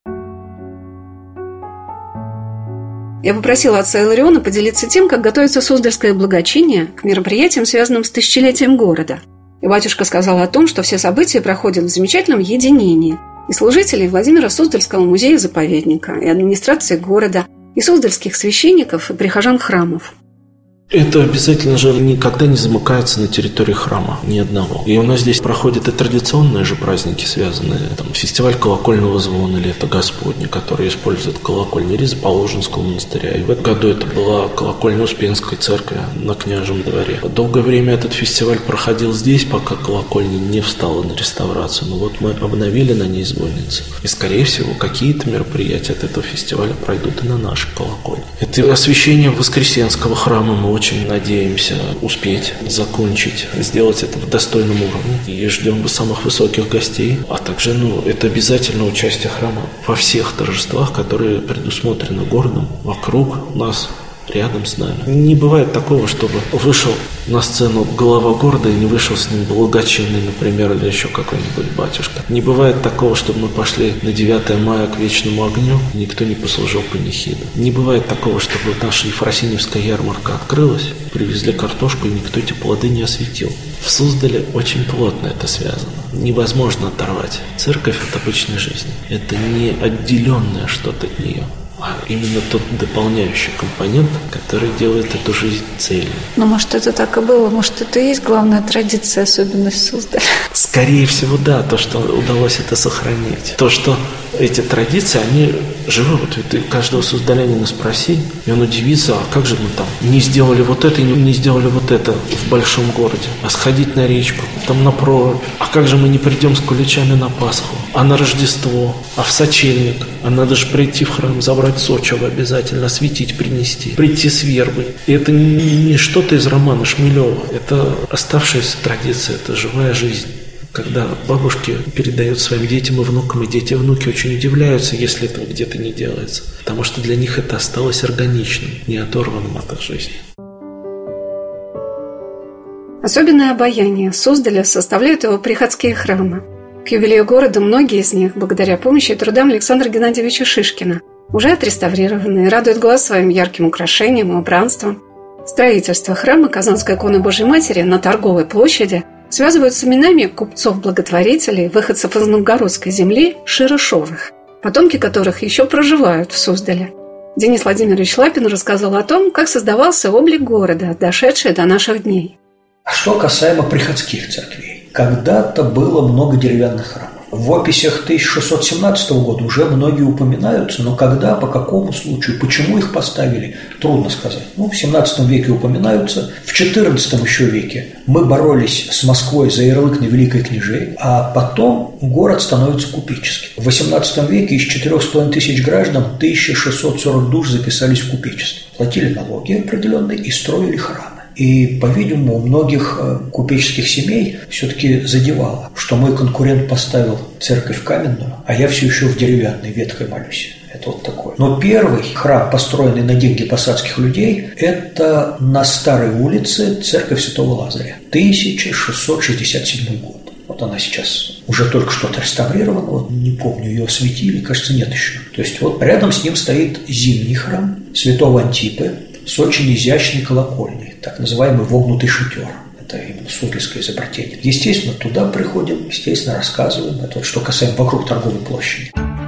Я попросила отца Илариона поделиться тем, как готовится Суздальское благочиние к мероприятиям, связанным с тысячелетием города. И батюшка сказал о том, что все события проходят в замечательном единении. И служителей Владимира Суздальского музея-заповедника, и администрации города, и суздальских священников, и прихожан храмов. Это обязательно же никогда не замыкается на территории храма, ни одного. И у нас здесь проходят и традиционные же праздники, связанные, фестиваль колокольного звона «Лето Господне», который использует колокольни Ризоположенского монастыря. И в этом году это была колокольня Успенской церкви на Княжем дворе. Долгое время этот фестиваль проходил здесь, пока колокольня не встала на реставрацию. Но вот мы обновили на ней звонницу. И, скорее всего, какие-то мероприятия от этого фестиваля пройдут и на нашей колокольне. Это освящение Воскресенского храма мы очень надеемся успеть закончить, сделать это в достойном уровне. И ждем самых высоких гостей. А также, это обязательно участие храма во всех торжествах, которые предусмотрены городом, вокруг нас, рядом с нами. Не бывает такого, чтобы вышел на сцену глава города и не вышел с ним благочинный, например, или еще какой-нибудь батюшка. Не бывает такого, чтобы мы пошли на 9 мая к вечному огню, и никто не послужил панихиду. Не бывает такого, чтобы наша Ефросиньевская ярмарка открылась, привезли картошку, и никто эти плоды не осветил. В Суздале очень плотно это связано. Невозможно оторвать церковь от обычной жизни. Это не отделенное что-то от нее, а именно тот дополняющий компонент, который делает эту жизнь цельной. Но может это так и было, может это и есть главная традиция, особенность Суздаля? Скорее всего, да, то, что удалось это сохранить. То, что эти традиции, они живут. Ты каждого суздалянина спроси, и он удивится, а как же мы там не сделали вот это и не сделали вот это в большом городе, а сходить на речку, там на прорубь, а как же мы не придем с куличами на Пасху, а на Рождество, а в сочельник, а надо же прийти в храм, забрать сочево обязательно, осветить, принести, прийти с вербой. И это не что-то из романа Шмелева, это оставшаяся традиция, это живая жизнь. Когда бабушки передают своим детям и внукам, и дети и внуки очень удивляются, если этого где-то не делается. Потому что для них это осталось органичным, не оторванным от их жизни. Особенное обаяние Суздаля составляют его приходские храмы. К юбилею города многие из них, благодаря помощи и трудам Александра Геннадьевича Шишкина, уже отреставрированы и радуют глаз своим ярким украшением и убранством. Строительство храма Казанской иконы Божьей Матери на Торговой площади связывают с именами купцов-благотворителей, выходцев из новгородской земли, Широшовых, потомки которых еще проживают в Суздале. Денис Владимирович Лапин рассказал о том, как создавался облик города, дошедший до наших дней. Что касаемо приходских церквей. Когда-то было много деревянных храмов. В описях 1617 года уже многие упоминаются, но когда, по какому случаю, почему их поставили, трудно сказать. В 17 веке упоминаются, в 14 еще веке мы боролись с Москвой за ярлык на великое княжение, а потом город становится купеческим. В 18 веке из 4500 граждан 1640 душ записались в купечество, платили налоги определенные и строили храмы. И, по-видимому, у многих купеческих семей все-таки задевало, что мой конкурент поставил церковь каменную, а я все еще в деревянной ветхой молюсь. Это вот такое. Но первый храм, построенный на деньги посадских людей, это на Старой улице церковь Святого Лазаря, 1667 год. Вот она сейчас уже только что отреставрирована, вот не помню, ее осветили, кажется, нет еще. То есть вот рядом с ним стоит зимний храм Святого Антипы с очень изящной колокольней, так называемый вогнутый шатер. Это именно суздальское изобретение. Естественно, туда приходим, естественно, рассказываем. Это вот что касаемо вокруг Торговой площади.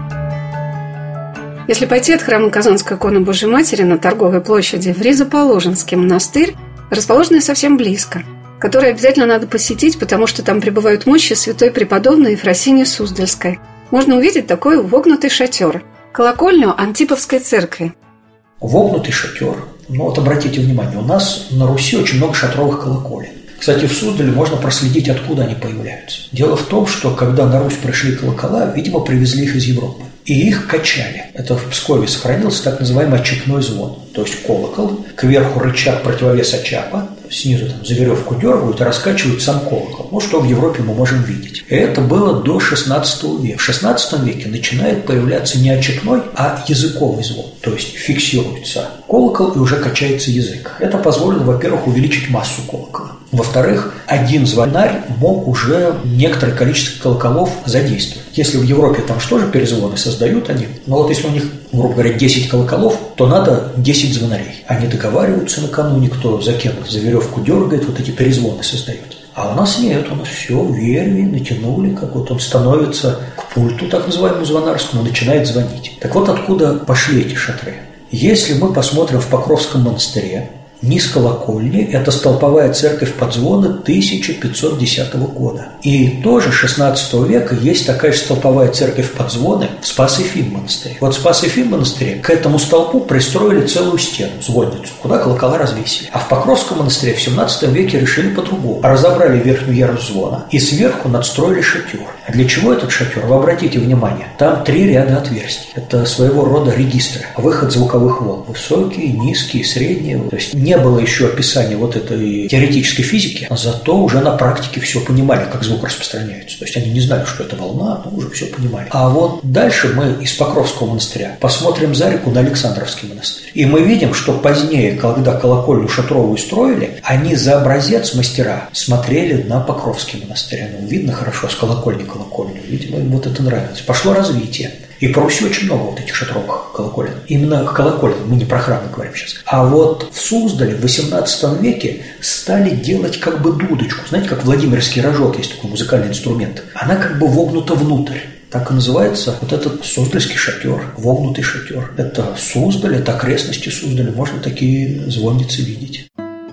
Если пойти от храма Казанской иконы Божьей Матери на Торговой площади в Ризоположенский монастырь, расположенный совсем близко, который обязательно надо посетить, потому что там пребывают мощи святой преподобной Ефросиньи Суздальской, можно увидеть такой вогнутый шатер, колокольню Антиповской церкви. Вогнутый шатер. Вот обратите внимание, у нас на Руси очень много шатровых колоколен. Кстати, в Суздале можно проследить, откуда они появляются. Дело в том, что когда на Русь пришли колокола, видимо, привезли их из Европы. И их качали. Это в Пскове сохранился так называемый очепной звон. То есть колокол, кверху рычаг противовес очапа, снизу за веревку дергают и раскачивают сам колокол. Что в Европе мы можем видеть. И это было до 16 века. В 16 веке начинает появляться не очепной, а языковый звон. То есть фиксируется колокол и уже качается язык. Это позволило, во-первых, увеличить массу колокола. Во-вторых, один звонарь мог уже некоторое количество колоколов задействовать. Если в Европе там что же перезвоны создают они, но вот если у них, грубо говоря, 10 колоколов, то надо 10 звонарей. Они договариваются накануне, кто за кем за веревку дергает, вот эти перезвоны создают. А у нас нет, у нас все в верве натянули, как вот он становится к пульту, так называемому звонарскому, начинает звонить. Так вот откуда пошли эти шатры. Если мы посмотрим в Покровском монастыре, низ колокольни – это столповая церковь Подзвона 1510 года. И тоже 16 века есть такая же столповая церковь Подзвоны в Спас-Ефим монастыре. Вот в Спас-Ефим монастыре к этому столпу пристроили целую стену, звонницу, куда колокола развесили. А в Покровском монастыре в 17 веке решили по-другому. Разобрали верхнюю ярус звона и сверху надстроили шатер. А для чего этот шатер? Вы обратите внимание, там 3 ряда отверстий. Это своего рода регистры, выход звуковых волн. Высокие, низкие, средние. То есть не было еще описания вот этой теоретической физики, зато уже на практике все понимали, как звук распространяется. То есть они не знали, что это волна, но уже все понимали. А вот дальше мы из Покровского монастыря посмотрим за реку на Александровский монастырь. И мы видим, что позднее, когда колокольню шатровую строили, они за образец мастера смотрели на Покровский монастырь. Ну, видно хорошо с колокольни. Видимо, им вот это нравится. Пошло развитие. И по Руси очень много вот этих шатровых колоколен. Именно колоколен, мы не про храмы говорим сейчас. А вот в Суздале в 18 веке стали делать как бы дудочку. Знаете, как Владимирский рожок, есть такой музыкальный инструмент. Она как бы вогнута внутрь. Так и называется вот этот суздальский шатер, вогнутый шатер. Это Суздаль, это окрестности Суздаля. Можно такие звонницы видеть.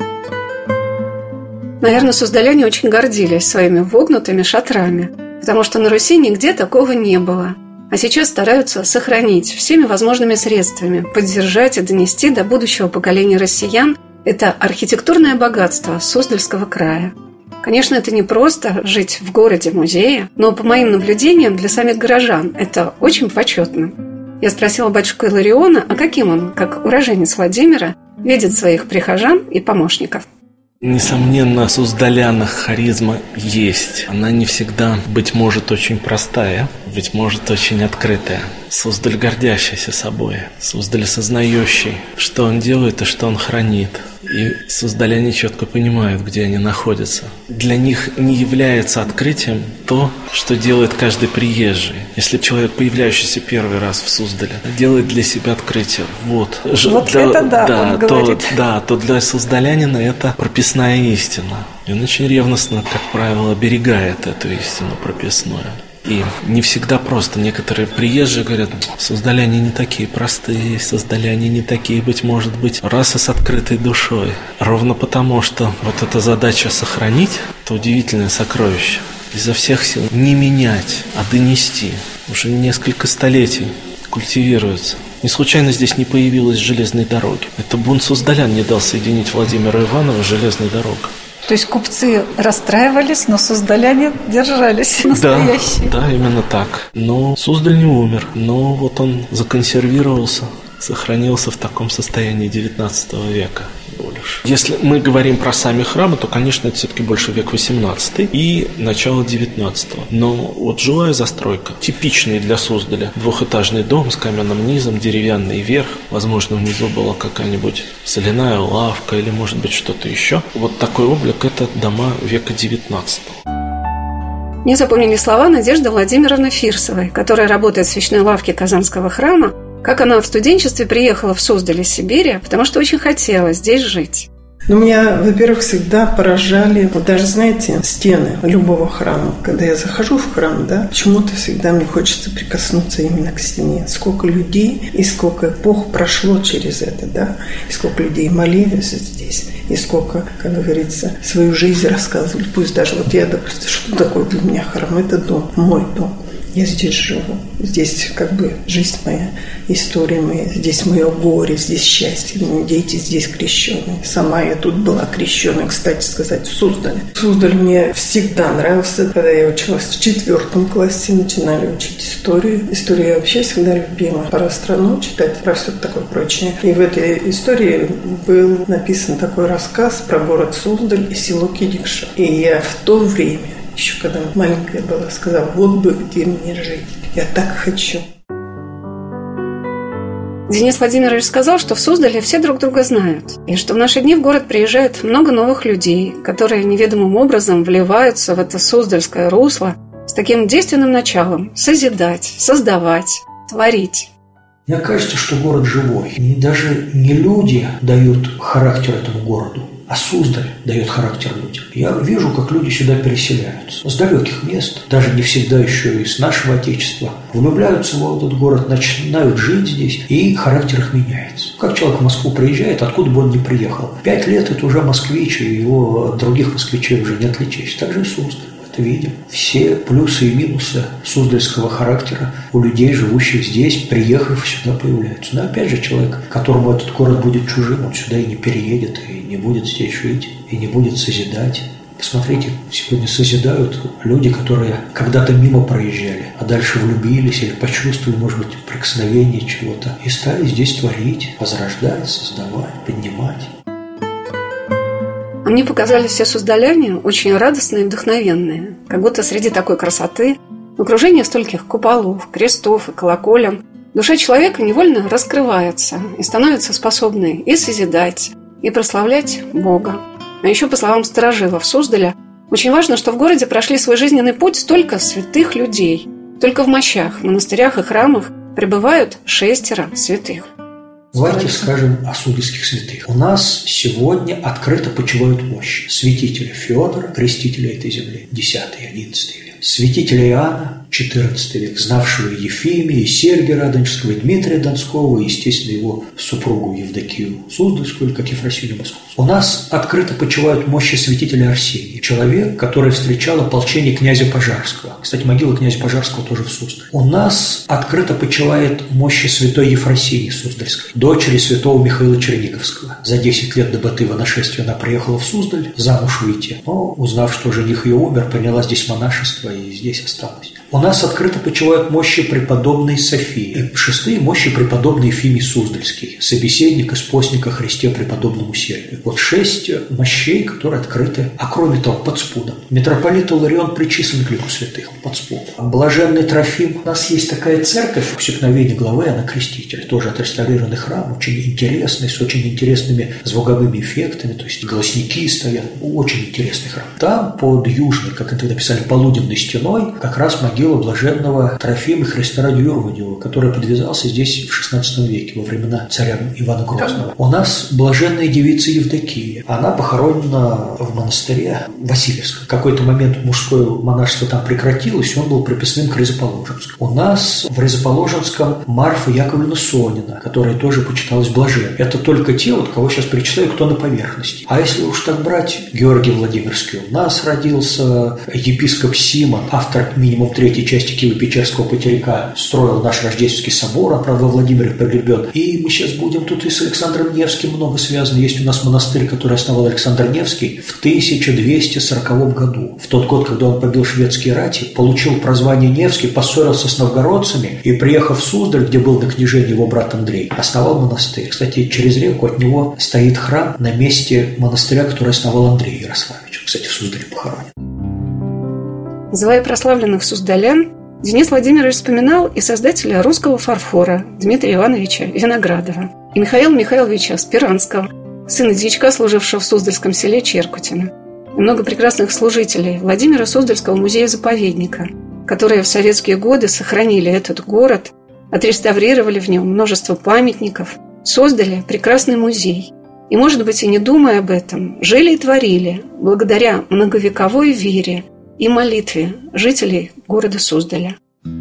Наверное, суздаляне очень гордились своими вогнутыми шатрами, потому что на Руси нигде такого не было. А сейчас стараются сохранить всеми возможными средствами, поддержать и донести до будущего поколения россиян это архитектурное богатство Суздальского края. Конечно, это не просто жить в городе-музее, но, по моим наблюдениям, для самих горожан это очень почетно. Я спросила батюшку Илариона, а каким он, как уроженец Владимира, видит своих прихожан и помощников. Несомненно, в суздалянах харизма есть. Она не всегда, быть может, очень простая, быть может, очень открытая. Суздаль гордящийся собой, Суздаль сознающий, что он делает и что он хранит. И суздаляне четко понимают, где они находятся. Для них не является открытием то, что делает каждый приезжий. Если человек, появляющийся первый раз в Суздале, делает для себя открытие, то для суздалянина это прописная истина. И он очень ревностно, как правило, оберегает эту истину прописную. И не всегда просто. Некоторые приезжие говорят, суздаляне не такие простые, суздаляне не такие, быть может быть, расы с открытой душой. Ровно потому, что вот эта задача сохранить, это удивительное сокровище. Изо всех сил не менять, а донести. Уже несколько столетий культивируется. Не случайно здесь не появилась железной дороги. Это бунт суздалян не дал соединить Владимира Иванова с железной дорогой. То есть купцы расстраивались, но суздаляне держались настоящие. Да, именно так. Но Суздаль не умер. Но вот он законсервировался, сохранился в таком состоянии 19 века. Если мы говорим про сами храмы, то, конечно, это все-таки больше век 18 и начало 19. Но вот жилая застройка, типичный для Суздаля. Двухэтажный дом с каменным низом, деревянный верх. Возможно, внизу была какая-нибудь соляная лавка или, может быть, что-то еще. Вот такой облик – это дома века 19. Мне запомнили слова Надежды Владимировны Фирсовой, которая работает в свечной лавке Казанского храма, как она в студенчестве приехала в Суздаль из Сибири, потому что очень хотела здесь жить. Но меня, во-первых, всегда поражали, вот даже, знаете, стены любого храма. Когда я захожу в храм, да, почему-то всегда мне хочется прикоснуться именно к стене. Сколько людей и сколько эпох прошло через это, да, и сколько людей молились здесь, и сколько, как говорится, свою жизнь рассказывали. Пусть даже вот я, допустим, что такое для меня храм? Это дом, мой дом. Я здесь живу, здесь как бы жизнь моя, история моя, здесь мое горе, здесь счастье, мои дети здесь крещеные. Сама я тут была крещеная, кстати сказать, в Суздале. Суздаль мне всегда нравился, когда я училась в 4 классе, начинали учить историю. Историю я вообще всегда любила, про страну читать, про все такое прочее. И в этой истории был написан такой рассказ про город Суздаль и село Кидикша. И я в то время, еще когда маленькая была, сказала, вот бы где мне жить. Я так хочу. Денис Владимирович сказал, что в Суздале все друг друга знают, и что в наши дни в город приезжает много новых людей, которые неведомым образом вливаются в это суздальское русло с таким действенным началом – созидать, создавать, творить. Мне кажется, что город живой. И даже не люди дают характер этому городу, а Суздаль дает характер людям. Я вижу, как люди сюда переселяются с далеких мест, даже не всегда еще из нашего Отечества, влюбляются в этот город, начинают жить здесь, и характер их меняется. Как человек в Москву приезжает, откуда бы он ни приехал, 5 лет это уже москвич, и его от других москвичей уже не отличишь. Так же и Суздаль. Это видим. Все плюсы и минусы суздальского характера у людей, живущих здесь, приехав сюда, появляются. Но опять же, человек, которому этот город будет чужим, он сюда и не переедет, и не будет здесь жить, и не будет созидать. Посмотрите, сегодня созидают люди, которые когда-то мимо проезжали, а дальше влюбились или почувствовали, может быть, прикосновение чего-то, и стали здесь творить, возрождать, создавать, поднимать. А мне показались все суздаляне очень радостные и вдохновенные. Как будто среди такой красоты, в окружении стольких куполов, крестов и колоколен, душа человека невольно раскрывается и становится способной и созидать, и прославлять Бога. А еще, по словам старожилов Суздаля, очень важно, что в городе прошли свой жизненный путь столько святых людей. Только в мощах, монастырях и храмах пребывают 6 святых. Давайте скажем о суздальских святых. У нас сегодня открыто почивают мощи святителя Феодора, крестителя этой земли, X и XI век, святителя Иоанна, XIV век, знавшего Ефимия, и Сергия Радонежского, и Дмитрия Донского, и, естественно, его супругу Евдокию Суздальскую, как Ефросинью Московскую. У нас открыто почивают мощи святителя Арсения, человек, который встречал ополчение князя Пожарского. Кстати, могила князя Пожарского тоже в Суздале. У нас открыто почивает мощи святой Ефросинии Суздальской, дочери святого Михаила Черниговского. За 10 лет до Батыева нашествия она приехала в Суздаль замуж выйти, но, узнав, что жених ее умер, приняла здесь монашество и здесь осталась. У нас открыто почивают мощи преподобной Софии. И 6 мощи преподобный Ефимий Суздальский, собеседник из постника Христе преподобному Сергию. Вот 6 мощей, которые открыты, а кроме того, под спудом. Митрополит Иларион причислен к лику святых, под спудом. Блаженный Трофим. У нас есть такая церковь, усекновение главы Иоанна Крестителя, тоже отреставрированный храм, очень интересный, с очень интересными звуковыми эффектами, то есть голосники стоят, очень интересный храм. Там под южной, как это написали, полуденной стеной, как раз могила блаженного Трофима Христа ради Юродивого, который подвязался здесь в XVI веке, во времена царя Ивана Грозного. У нас блаженная девица Евдокия. Она похоронена в монастыре Васильевском. В какой-то момент мужское монашество там прекратилось, и он был приписным к Рязоположенскому. У нас в Рязоположенском Марфа Яковлевна Сонина, которая тоже почиталась блаженной. Это только те, вот, кого сейчас перечисляю, кто на поверхности. А если уж так брать, Георгий Владимирский у нас родился, епископ Симон, автор минимум 3 части Киево-Печерского потеряка, строил наш Рождественский собор, он, правда, во Владимире погребен. И мы сейчас будем тут и с Александром Невским много связано. Есть у нас монастырь, который основал Александр Невский в 1240 году. В тот год, когда он побил шведские рати, получил прозвание Невский, поссорился с новгородцами и, приехав в Суздаль, где был на княжении его брат Андрей, основал монастырь. Кстати, через реку от него стоит храм на месте монастыря, который основал Андрей Ярославич. Кстати, в Суздале похоронен. Называя прославленных суздалян, Денис Владимирович вспоминал и создателя русского фарфора Дмитрия Ивановича Виноградова, и Михаила Михайловича Спиранского, сына дьячка, служившего в Суздальском селе Черкутино, и много прекрасных служителей Владимира Суздальского музея-заповедника, которые в советские годы сохранили этот город, отреставрировали в нем множество памятников, создали прекрасный музей. И, может быть, и не думая об этом, жили и творили благодаря многовековой вере и молитве жителей города Суздаля.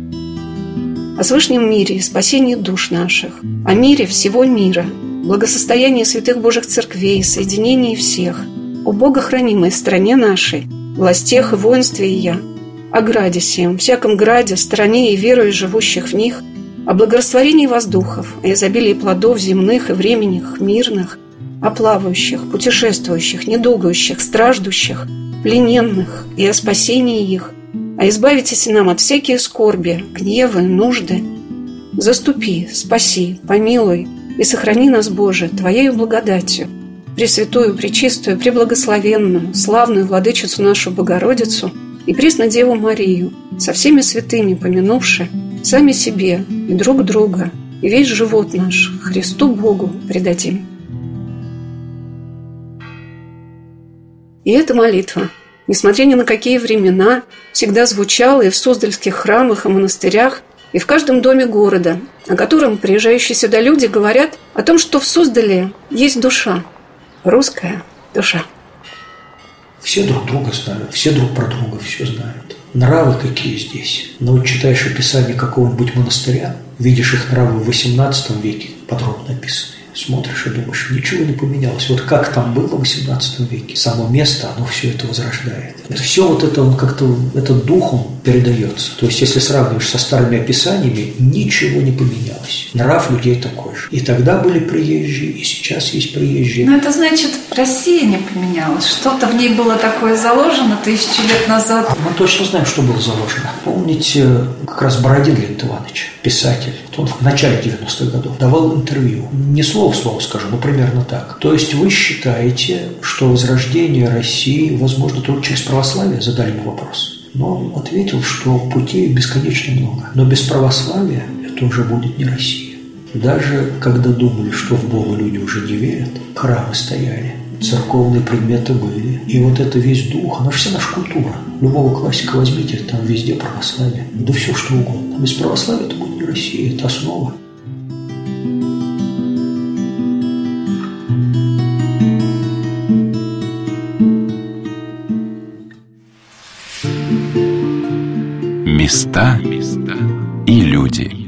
О свышнем мире и спасении душ наших, о мире всего мира, благосостоянии святых Божьих церквей, соединении всех, о богохранимой стране нашей, властях и воинстве ее, о граде сем, всяком граде, стране и верою живущих в них, о благорастворении воздухов, о изобилии плодов земных и временных, мирных, о плавающих, путешествующих, недугающих, страждущих, плененных и о спасении их, а избавитесь нам от всякие скорби, гневы, нужды. Заступи, спаси, помилуй и сохрани нас, Боже, Твоею благодатью, Пресвятую, Пречистую, Преблагословенную, славную Владычицу нашу Богородицу и Преснодеву Марию, со всеми святыми помянувши сами себе и друг друга, и весь живот наш Христу Богу предадим. И эта молитва, несмотря ни на какие времена, всегда звучала и в суздальских храмах и монастырях, и в каждом доме города, о котором приезжающие сюда люди говорят о том, что в Суздале есть душа, русская душа. Все друг друга знают, все друг про друга все знают. Нравы какие здесь. Но вот читаешь описание какого-нибудь монастыря, видишь их нравы в XVIII веке подробно описаны. Смотришь и думаешь, ничего не поменялось. Вот как там было в XVIII веке, само место, оно все это возрождает. Это все вот это, он как-то, этот дух, он передается. То есть, если сравниваешь со старыми описаниями, ничего не поменялось. Нрав людей такой же. И тогда были приезжие, и сейчас есть приезжие. Но это значит, Россия не поменялась. Что-то в ней было такое заложено 1000 лет назад. Мы точно знаем, что было заложено. Помните, как раз Бородин Леонид Иванович, писатель, он в начале 90-х годов давал интервью. Не слово в слово скажу, но примерно так. То есть вы считаете, что возрождение России возможно только через православие? Задали ему вопрос. Но он ответил, что путей бесконечно много. Но без православия это уже будет не Россия. Даже когда думали, что в Бога люди уже не верят, храмы стояли, церковные предметы были. И вот это весь дух, она же вся наша культура. Любого классика возьмите, там везде православие. Да все что угодно. Без православия это будет не Россия, это основа. Места и люди.